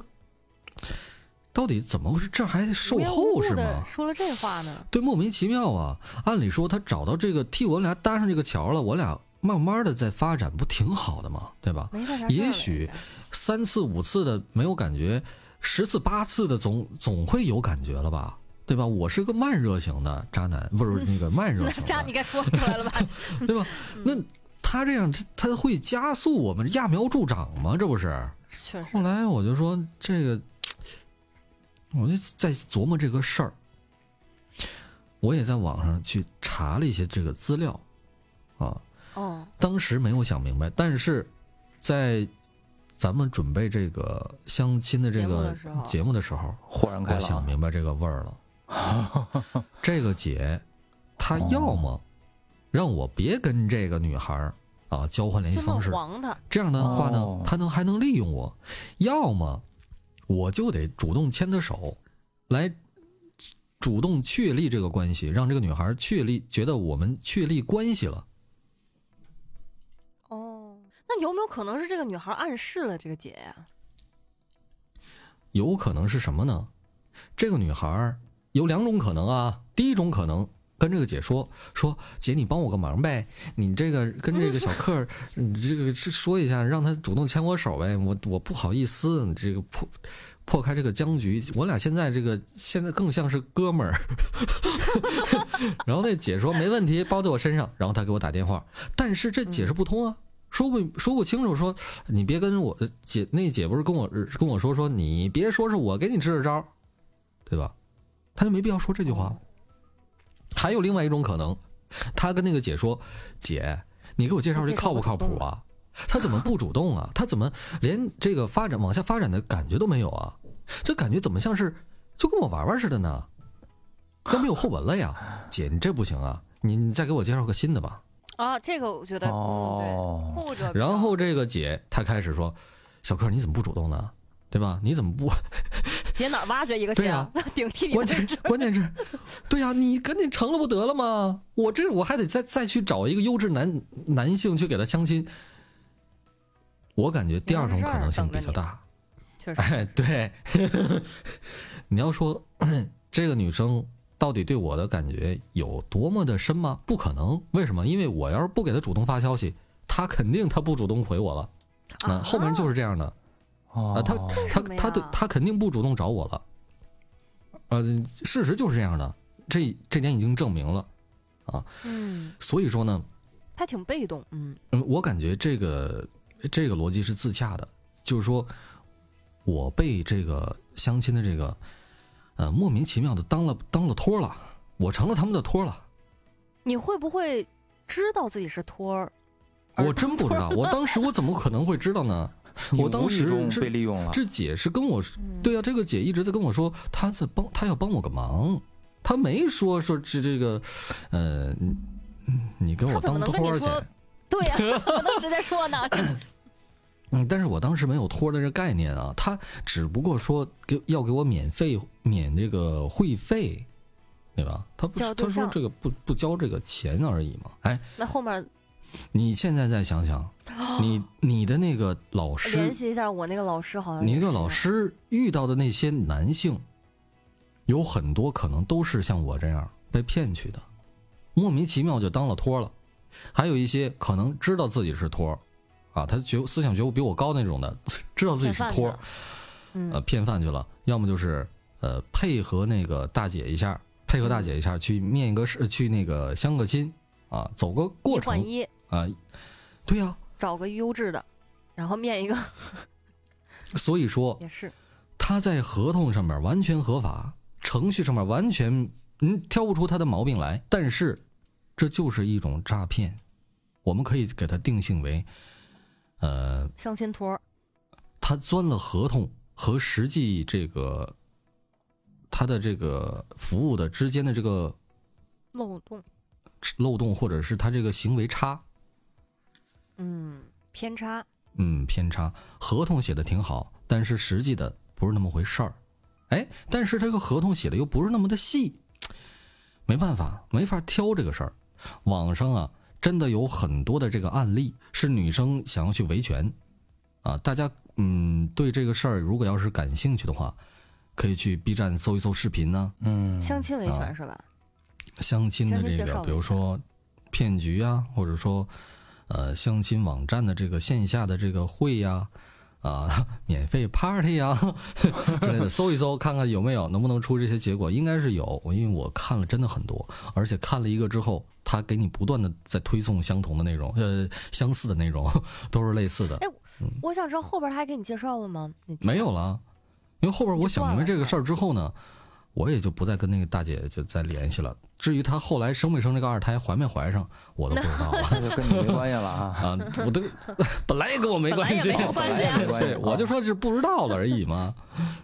到底怎么回事？这还售后是吗？ 说了这话呢？ 对，莫名其妙啊！按理说他找到这个替我俩搭上这个桥了，我俩慢慢的在发展，不挺好的吗？对吧？ 没啥事， 也许3次5次的没有感觉，10次8次的总会有感觉了吧？对吧？我是个慢热型的渣男，不是那个慢热型的。 渣你该说出来了吧？ 对吧？那他这样，他会加速我们揠苗助长吗？这不是？ 确实。 后来我就说这个。我就在琢磨这个事儿，我也在网上去查了一些这个资料，啊，当时没有想明白，但是在咱们准备这个相亲的这个节目的时候， 豁然开朗， 我想明白这个味儿了。这个姐，她要么让我别跟这个女孩啊交换联系方式，这样的话呢，她还能利用我；要么我就得主动牵她手，来主动确立这个关系，让这个女孩觉得我们确立关系了。 那有没有可能是这个女孩暗示了这个姐呀？ 有可能是什么呢？这个女孩有2种可能啊。第一种可能跟这个姐说姐，你帮我个忙呗，你这个跟这个小客你这个说一下，让他主动牵我手呗，我不好意思，这个破开这个僵局，我俩现在更像是哥们儿。然后那姐说没问题，包在我身上，然后他给我打电话，但是这解释不通啊，说不清楚，说你别跟我姐，那姐不是跟我说你别说是我给你支的招，对吧？他就没必要说这句话。还有另外一种可能，他跟那个姐说，姐，你给我介绍这靠不靠谱啊？他怎么不主动啊？他怎么连这个往下发展的感觉都没有啊？这感觉怎么像是就跟我玩玩似的呢？都没有后文了呀！姐，你这不行啊，你再给我介绍个新的吧。 啊，这个我觉得对。 然后这个姐她开始说，小柯你怎么不主动呢？对吧？你怎么不姐哪挖掘一个去啊？顶替你。 关键是，对呀，你赶紧成了不得了吗？我还得再去找一个优质男性去给他相亲。我感觉第2种可能性比较大。 确实。 哎，对。你要说这个女生到底对我的感觉有多么的深吗？不可能。为什么？因为我要是不给她主动发消息，她肯定不主动回我了。后面就是这样的。他肯定不主动找我了，事实就是这样的，这点已经证明了，啊，所以说呢， 他挺被动， 我感觉这个逻辑是自洽的，就是说我被这个相亲的这个莫名其妙的当了托了，我成了他们的托了。 你会不会知道自己是托儿？ 我真不知道，我当时我怎么可能会知道呢？我当时被利用了。 这姐是跟我，对啊，这个姐一直在跟我说，她要帮我个忙，她没说这个，你给我当托去。 对呀，怎么能直接说呢？ 但是我当时没有托的这个概念啊，她只不过说要给我免这个会费，对吧？她说这个不交这个钱而已嘛。哎， 那后面。 你现在再想想，你的那个老师， 联系一下我那个老师，好像你那个老师遇到的那些男性，有很多可能都是像我这样被骗去的，莫名其妙就当了托了，还有一些可能知道自己是托，啊，他思想觉悟比我高那种的，知道自己是托，骗饭去了，要么就是配合那个大姐一下，去面一个去那个相个亲啊，走个过程。对呀， 找个优质的，然后面一个。 所以说也是， 他在合同上面完全合法，程序上面完全挑不出他的毛病来，但是这就是一种诈骗。我们可以给它定性为， 相亲托， 他钻了合同和实际这个他的这个服务的之间的这个漏洞，或者是他这个行为差， 偏差， 偏差。合同写的挺好，但是实际的不是那么回事儿。但是这个合同写的又不是那么的细，没办法，没法挑这个事儿。网上啊，真的有很多的这个案例是女生想要去维权啊。大家对这个事儿如果要是感兴趣的话，可以去 B 站搜一搜视频呢。 相亲维权是吧？ 相亲的这个，比如说骗局啊，或者说相亲网站的这个线下的这个会呀，免费 party 呀之类的，搜一搜看看有没有，能不能出这些结果。应该是有，因为我看了真的很多，而且看了一个之后，他给你不断的在推送相同的内容，相似的内容，都是类似的。 我想知道后边他还给你介绍了吗？ 没有了，因为后边我想明白这个事儿之后呢，我也就不再跟那个大姐就再联系了。至于她后来生没生这个二胎，怀没怀上，我都不知道了。 那就跟你没关系了啊！ 我都本来也跟我没关系，对，我就说是不知道了而已嘛。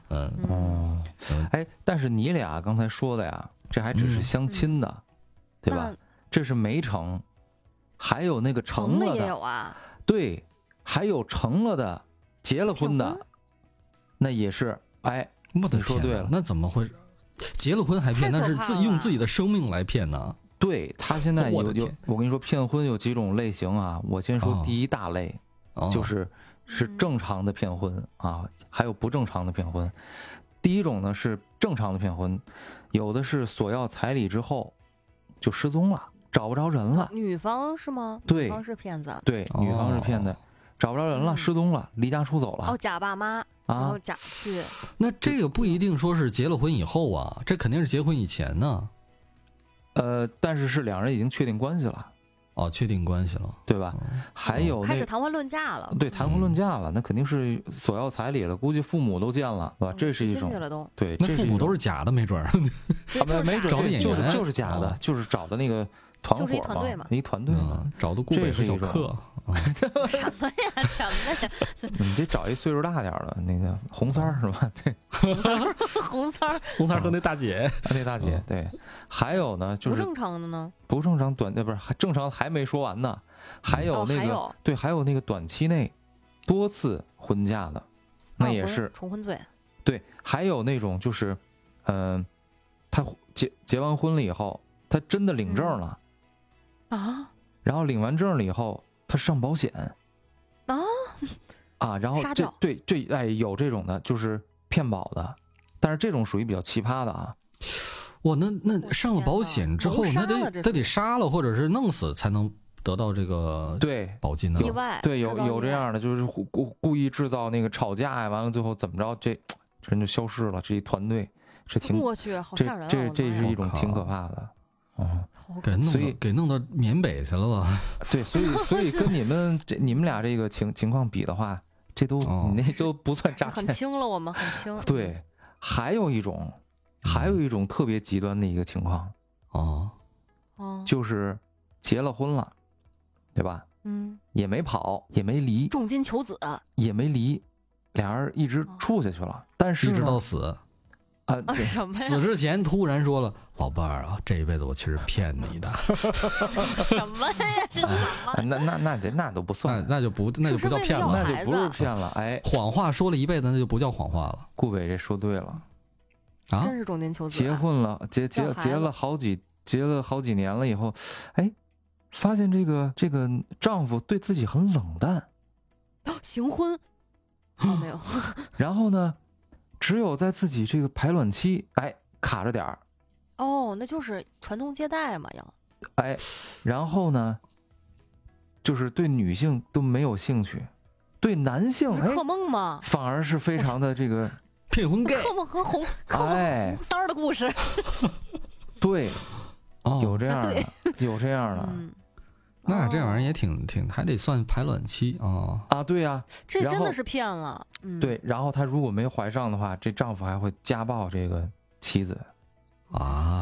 但是你俩刚才说的呀，这还只是相亲的，对吧？这是没成，还有那个成了的也有啊。 对，还有成了的，结了婚的，那也是。 我的天， 你说对了， 那怎么会？结了婚还骗，那是用自己的生命来骗呢？ 对，他现在有，我跟你说，骗婚有几种类型啊。我先说第一大类，就是正常的骗婚啊，还有不正常的骗婚。第一种呢是正常的骗婚，有的是索要彩礼之后就失踪了，找不着人了。 女方是吗？ 对， 女方是骗子。 对，女方是骗子，找不着人了，失踪了，离家出走了。 假爸妈。然后假去， 那这个不一定说是结了婚以后啊，这肯定是结婚以前呢。 但是两人已经确定关系了。 确定关系了， 对吧？还有开始谈婚论嫁了。 对，谈婚论嫁了，那肯定是索要彩礼了，估计父母都见了，对吧？这是一种。对， 那父母都是假的，没准儿。 没准找的演员就是假的，就是找的那个团伙嘛， 一团队嘛， 找的顾北和小克。 什么呀什么呀！ 你这找一岁数大点的那个红三儿是吧？对， 红三儿和那大姐， 那大姐对。还有呢，就是不正常的呢， 不正常不是正常还没说完呢。还有那个对，还有那个短期内多次婚嫁的，那也是重婚罪。 对，还有那种就是他结完婚了以后，他真的领证了然后领完证了以后，他上保险然后对有这种的，就是骗保的，但是这种属于比较奇葩的啊。 哇，那上了保险之后，那得杀了或者是弄死才能得到这个保金呢？ 意外对，有这样的，就是故意制造那个吵架呀，完了最后怎么着，这人就消失了，这一团队这挺我去，好吓人啊！ 这是一种挺可怕的。 给弄到缅北去了吧？ 对，所以跟你们俩这个情况比的话，这都你那都不算诈骗， 很轻了，我们很轻。 对，还有一种特别极端的一个情况就是结了婚了，对吧？也没跑，也没离， 重金求子也没离，俩人一直处下去了，但是一直到死。 什么呀？ 死之前突然说了：“老伴儿啊，这一辈子我其实骗你的。” 什么呀？这什么？ 那都不算， 那就不叫骗了， 那就不是骗了。 谎话说了一辈子，那就不叫谎话了。 顾北这说对了真是重金求子。 结婚了，结了好几年了以后，发现这个丈夫对自己很冷淡， 行婚没有。 然后呢？只有在自己这个排卵期，卡着点儿。 那就是传宗接代嘛，要。 然后呢，就是对女性都没有兴趣，对男性， 噩梦吗？ 反而是非常的这个骗婚 gay。 噩梦和红三儿的故事。 对，有这样的，有这样的。 那这玩意儿也挺，还得算排卵期对呀， 这真的是骗了。 对，然后他如果没怀上的话，这丈夫还会家暴这个妻子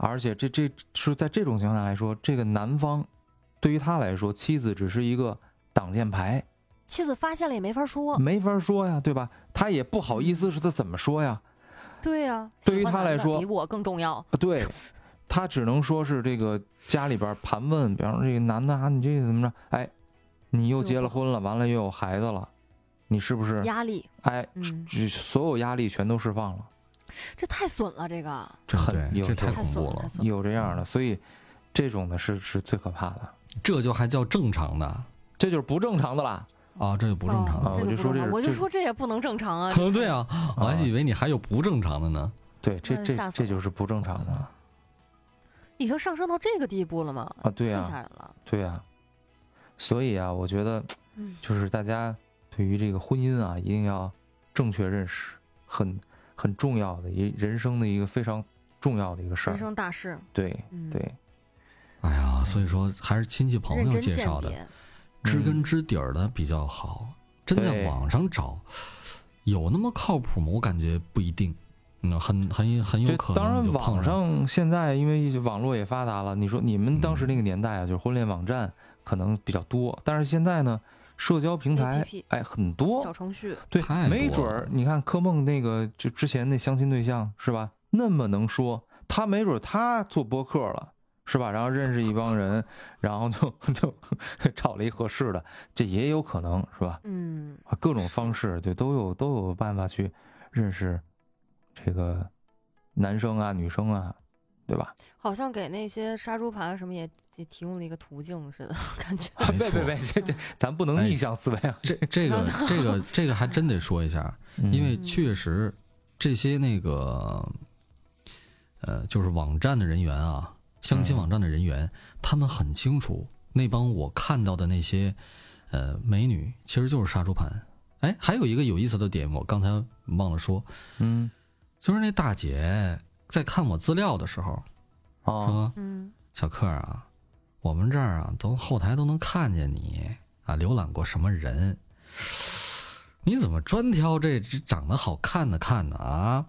而且这是在这种情况下来说，这个男方对于他来说，妻子只是一个挡箭牌， 妻子发现了也没法说， 没法说呀，对吧？他也不好意思，是他怎么说呀？ 对呀， 对于他来说， 比我更重要。 对，他只能说是这个家里边盘问，比方说这个男的啊，你这个怎么着？哎，你又结了婚了，完了又有孩子了，你是不是压力？ 哎，所有压力全都释放了。 这太损了，这个这太恐怖了， 有这样的，所以这种的是最可怕的。 这就还叫正常的， 这就是不正常的啦。 啊，这就不正常了。 我就说这也不能正常啊。 对啊，我还以为你还有不正常的呢。 对，这就是不正常的。 已经上升到这个地步了吗？ 啊，对呀， 太吓人了。 对呀，所以啊，我觉得，就是大家对于这个婚姻啊，一定要正确认识，很重要的人生的一个非常重要的一个事儿， 人生大事。 对对。 哎呀，所以说还是亲戚朋友介绍的，知根知底儿的比较好。真在网上找，有那么靠谱吗？我感觉不一定。很有可能。 当然，网上现在因为网络也发达了，你说你们当时那个年代啊，就是婚恋网站可能比较多，但是现在呢，社交平台哎很多小程序， 对，没准儿你看柯梦那个就之前那相亲对象是吧，那么能说，他没准他做播客了是吧，然后认识一帮人，然后就找了一合适的，这也有可能是吧？各种方式对都有办法去认识这个男生啊女生啊，对吧？ 好像给那些杀猪盘什么也提供了一个途径似的感觉。 别，这咱不能逆向思维啊！ 这个还真得说一下，因为确实这些那个就是网站的人员啊，相亲网站的人员，他们很清楚那帮我看到的那些美女其实就是杀猪盘。哎，还有一个有意思的点，我刚才忘了说，就是那大姐在看我资料的时候，说，小克啊，我们这儿啊都后台都能看见你啊浏览过什么人，你怎么专挑这长得好看的看呢啊？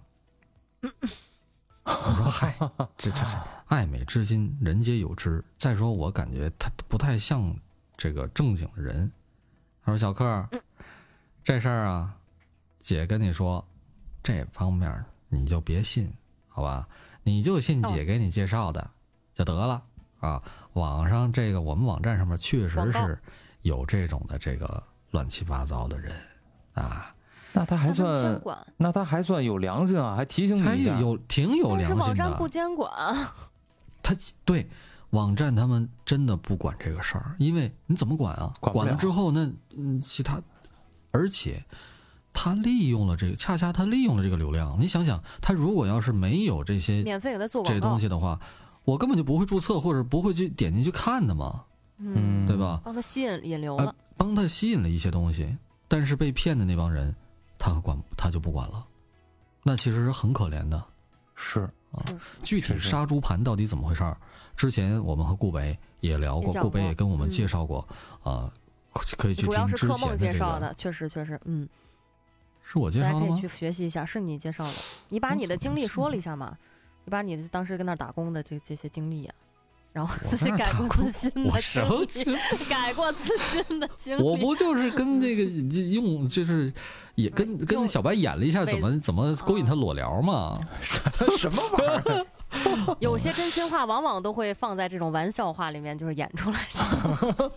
我说嗨，这爱美之心人皆有之。再说我感觉他不太像这个正经的人。他说小克，这事儿啊，姐跟你说，这方面你就别信，好吧？你就信姐给你介绍的就得了啊。网上这个我们网站上面确实是有这种的这个乱七八糟的人啊。 那他还算有良心啊，还提醒你一下， 挺有良心的。但是网站不监管， 对网站他们真的不管这个事儿，因为你怎么管啊？管了之后那其他，而且他利用了这个，恰恰他利用了这个流量。你想想，他如果要是没有这些免费给他做广告这东西的话，我根本就不会注册或者不会去点进去看的嘛，对吧？ 帮他引流了， 帮他吸引了一些东西，但是被骗的那帮人。他就不管了，那其实是很可怜的， 是啊。具体杀猪盘到底怎么回事儿？之前我们和顾北也聊过，顾北也跟我们介绍过，可以去听之前的这个。主要是柯梦介绍的，确实， 是我介绍的吗？ 大家可以去学习一下，是你介绍的，你把你的经历说了一下嘛，你把你当时跟那打工的这些经历啊。然后自己改过自新的经历，改过自新的经历。 我不就是跟那个用，就是也跟小白演了一下怎么勾引他裸聊嘛？ 什么玩意儿？ 有些真心话往往都会放在这种玩笑话里面，就是演出来的。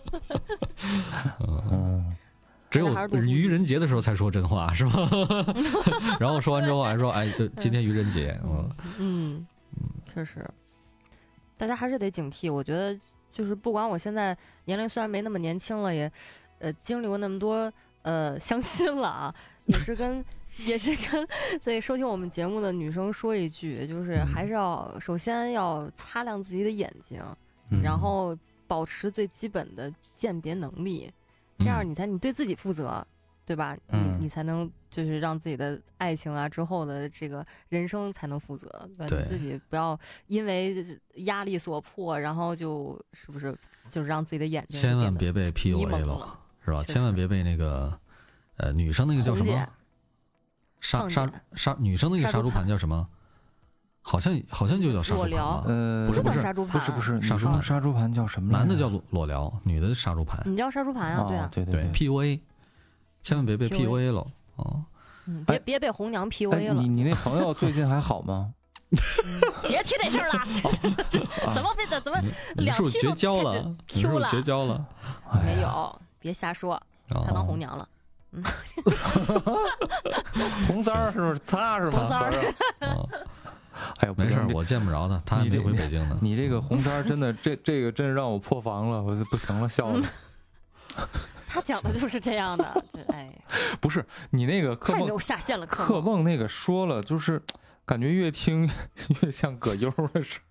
只有愚人节的时候才说真话是吧？然后说完之后还说，哎，今天愚人节， 确实。大家还是得警惕，我觉得就是不管我现在年龄虽然没那么年轻了，也经历过那么多相亲了啊，也是跟所以收听我们节目的女生说一句，就是还是要首先要擦亮自己的眼睛，然后保持最基本的鉴别能力，这样你对自己负责，对吧？你才能就是让自己的爱情啊之后的这个人生才能负责，对，你自己不要因为压力所迫，然后是不是就是让自己的眼睛千万别被 PUA 了，是吧？千万别被那个女生那个叫什么女生那个杀猪盘叫什么？ 好像就叫杀猪盘吧？ 不是杀猪盘， 不是， 杀猪盘杀猪盘叫什么？ 男的叫裸聊，女的杀猪盘。 你叫杀猪盘啊？对啊， 对 ，PUA， 千万别被 PUA 了啊！ 别被红娘 PUA 了。 你那朋友最近还好吗？ 别提这事儿了，怎么你是不是绝交了？你是不是绝交了？ 没有，别瞎说，他当红娘了。 红三儿是不是？他是吗？ 红三儿。 哎呦， 没事，我见不着他，他还没回北京呢。 你这个红三儿真的，这个真是让我破防了，我就不行了，笑了。 他讲的就是这样的，哎， 不是你那个太没有下限了， 柯梦那个说了，就是感觉越听越像葛优的事。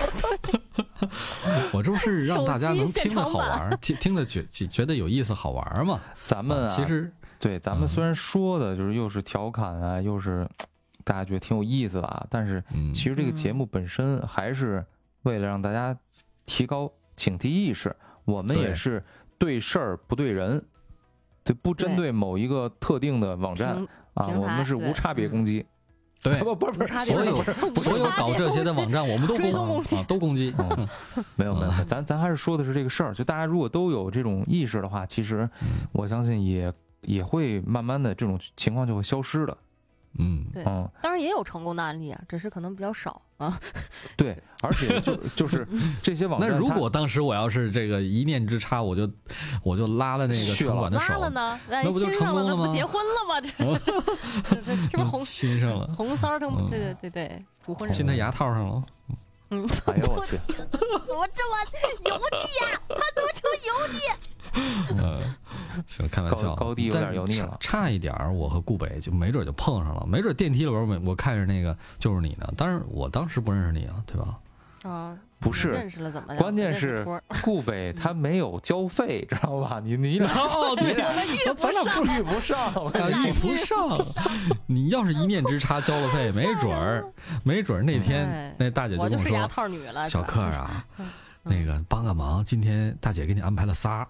我这不是让大家能听得好玩，听得觉得有意思好玩嘛？ 咱们其实对咱们虽然说的就是又是调侃啊，又是大家觉得挺有意思的啊，但是其实这个节目本身还是为了让大家提高警惕意识，我们也是对事儿不对人，对，不针对某一个特定的网站啊，我们是无差别攻击。 对， 不是， 所有搞这些的网站，我们都攻击。 没有，咱还是说的是这个事儿。就大家如果都有这种意识的话，其实我相信也会慢慢的这种情况就会消失的。 对，当然也有成功的案例啊，只是可能比较少啊。 对，而且就是这些网站， 那如果当时我要是这个一念之差，我就拉了那个城管的手， 拉了呢， 那不就成功了吗？ 不结婚了吗？这不红亲上了， 红三儿成，对，主婚人亲他牙套上了。 哎呦我去！ 怎么这么油腻呀？他怎么这么油腻？ 行，开玩笑， 高低有点油腻了， 差一点我和顾北就没准就碰上了，没准电梯里边我看着那个就是你呢，当然我当时不认识你啊，对吧？ 不是， 认识了怎么？ 关键是顾北他没有交费，知道吧？你俩咱俩遇不上， 遇不上。你要是一念之差交了费，没准儿那天那大姐就跟我说：“ 牙套女了， 小克啊，那个帮个忙，今天大姐给你安排了仨。”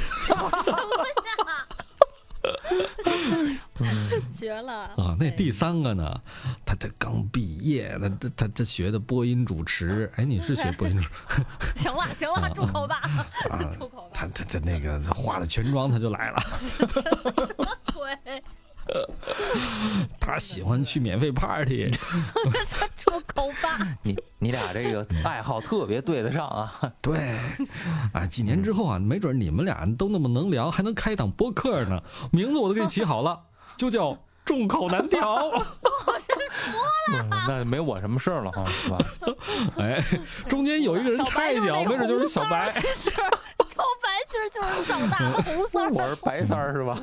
绝了啊！那第三个呢？他刚毕业，他这学的播音主持。哎，你是学播音主持？ 行了，住口吧！住口吧！ 他那个化了全妆他就来了。 什么鬼？ 他喜欢去免费 party。 出口吧！ 你俩这个爱好特别对得上啊。 对，啊，几年之后啊，没准你们俩都那么能聊，还能开档播客呢。名字我都给你起好了，就叫众口难调。 我真说了， 那没我什么事儿了哈，是吧？ 哎，中间有一个人插一脚，没准就是小白。 小白其实就是长大的红三儿。 我是白三儿是吧？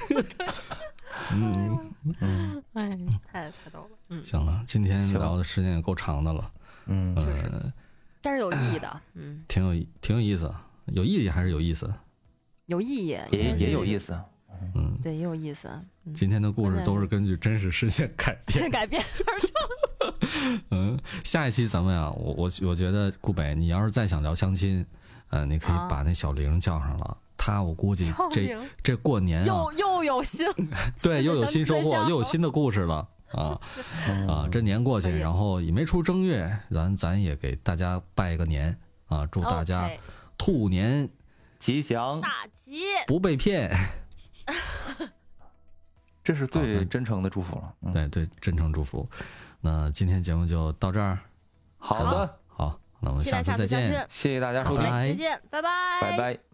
哎，太逗了。 行了，今天聊的时间也够长的了。 但是有意义的， 挺有意思，有意义还是有意思？ 有意义， 也有意思。 对，也有意思。 今天的故事都是根据真实事件改编而成。下一期咱们啊，我觉得顾北，你要是再想聊相亲，你可以把那小玲叫上了。他我估计这过年啊， 又有新对，又有新收获，又有新的故事了啊！这年过去，然后也没出正月，咱也给大家拜个年啊！祝大家兔年吉祥大吉， 不被骗。 这是最真诚的祝福了。 对，真诚祝福。那今天节目就到这儿。 好的， 好，那我们下次再见。 谢谢大家收听， 再见，拜拜， 拜拜。